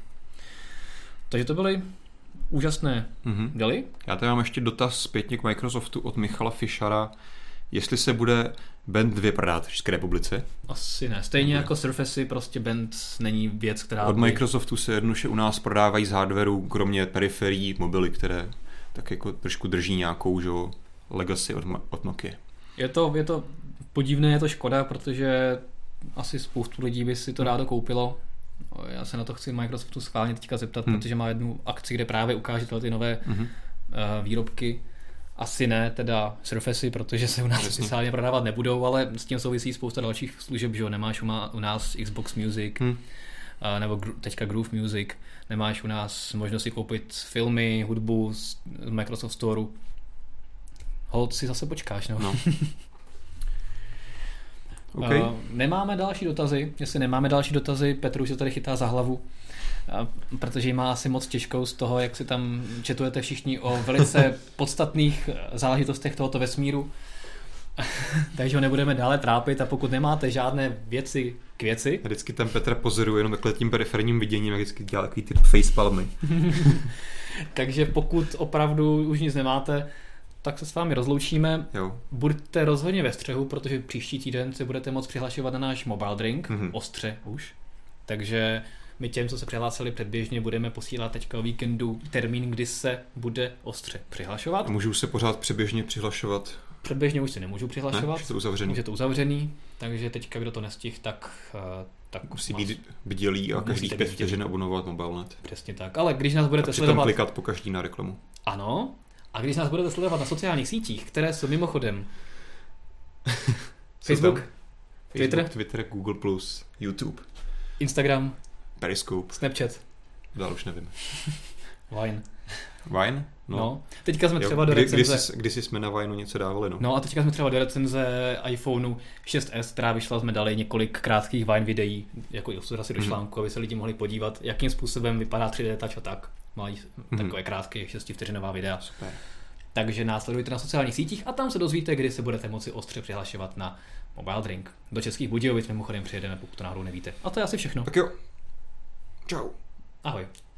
Takže to byly úžasné mm-hmm. Deli. Já tady mám ještě dotaz zpětně k Microsoftu od Michala Fischera, jestli se bude Band dva prodat v České republice. Asi ne. Stejně jako Surface, prostě Band není věc, která... Od by... Microsoftu se jednoduše u nás prodávají z hardwareu, kromě periferií, mobily, které tak jako trošku drží nějakou že, legacy od, od Nokia. Je to, je to podivné, je to škoda, protože asi spoustu lidí by si to rádo koupilo. Já se na to chci Microsoftu schválně teďka zeptat, hmm. protože má jednu akci, kde právě ukáže ty nové hmm. uh, výrobky. Asi ne, teda Surface, protože se u nás oficiálně prodávat nebudou, ale s tím souvisí spousta dalších služeb, že jo, nemáš u nás Xbox Music, hmm. uh, nebo gr- teďka Groove Music, nemáš u nás možnost si koupit filmy, hudbu z Microsoft Storeu. Hold si zase počkáš, no. no. Okay. Uh, nemáme další dotazy, jestli nemáme další dotazy, Petr už se tady chytá za hlavu, uh, protože jí má asi moc těžkou z toho, jak si tam četujete všichni o velice podstatných záležitostech tohoto vesmíru. Takže ho nebudeme dále trápit a pokud nemáte žádné věci k věci... Vždycky tam Petra pozoruje jenom takhle tím periferním viděním, jak vždycky dělá takový ty facepalmy. Takže pokud opravdu už nic nemáte, tak se s vámi rozloučíme. Jo. Buďte rozhodně ve střehu, protože příští týden se budete moct přihlašovat na náš mobile drink, mm-hmm. ostře už. Takže my těm, co se přihlásili předběžně, budeme posílat teďka o víkendu termín, kdy se bude ostře přihlašovat. A můžu se pořád předběžně přihlašovat? Předběžně už se nemůžu přihlašovat. Ne, už je to uzavřený. Už je to uzavřený, takže teďka, kdo to nestihl, tak... tak musí být bdělý a každých pět vteřin obnovovat mobilnet. Přesně tak, ale když nás budete a sledovat... klikat po každý na reklamu. Ano, a když nás budete sledovat na sociálních sítích, které jsou mimochodem Facebook, Twitter, Twitter, Google plus, YouTube, Instagram, Periscope, Snapchat. Dál už nevím. Vine. Vine? No. no. Teďka jsme jo, třeba do kdy, recenze... Když kdy jsme na Vineu něco dávali, no. No a teďka jsme třeba do recenze iPhoneu šest es, která vyšla, jsme dali několik krátkých Vine videí, jako asi do článku, aby se lidi mohli podívat, jakým způsobem vypadá tři dé touch a tak. Mají mm-hmm. takové krátké šestivteřinová videa. Super. Takže následujte na sociálních sítích a tam se dozvíte, kdy se budete moci ostře přihlašovat na Mobile Drink. Do Českých Budějovic mimochodem přijedeme, pokud to náhodou nevíte. A to je asi všechno. Tak jo. Čau. Ahoj.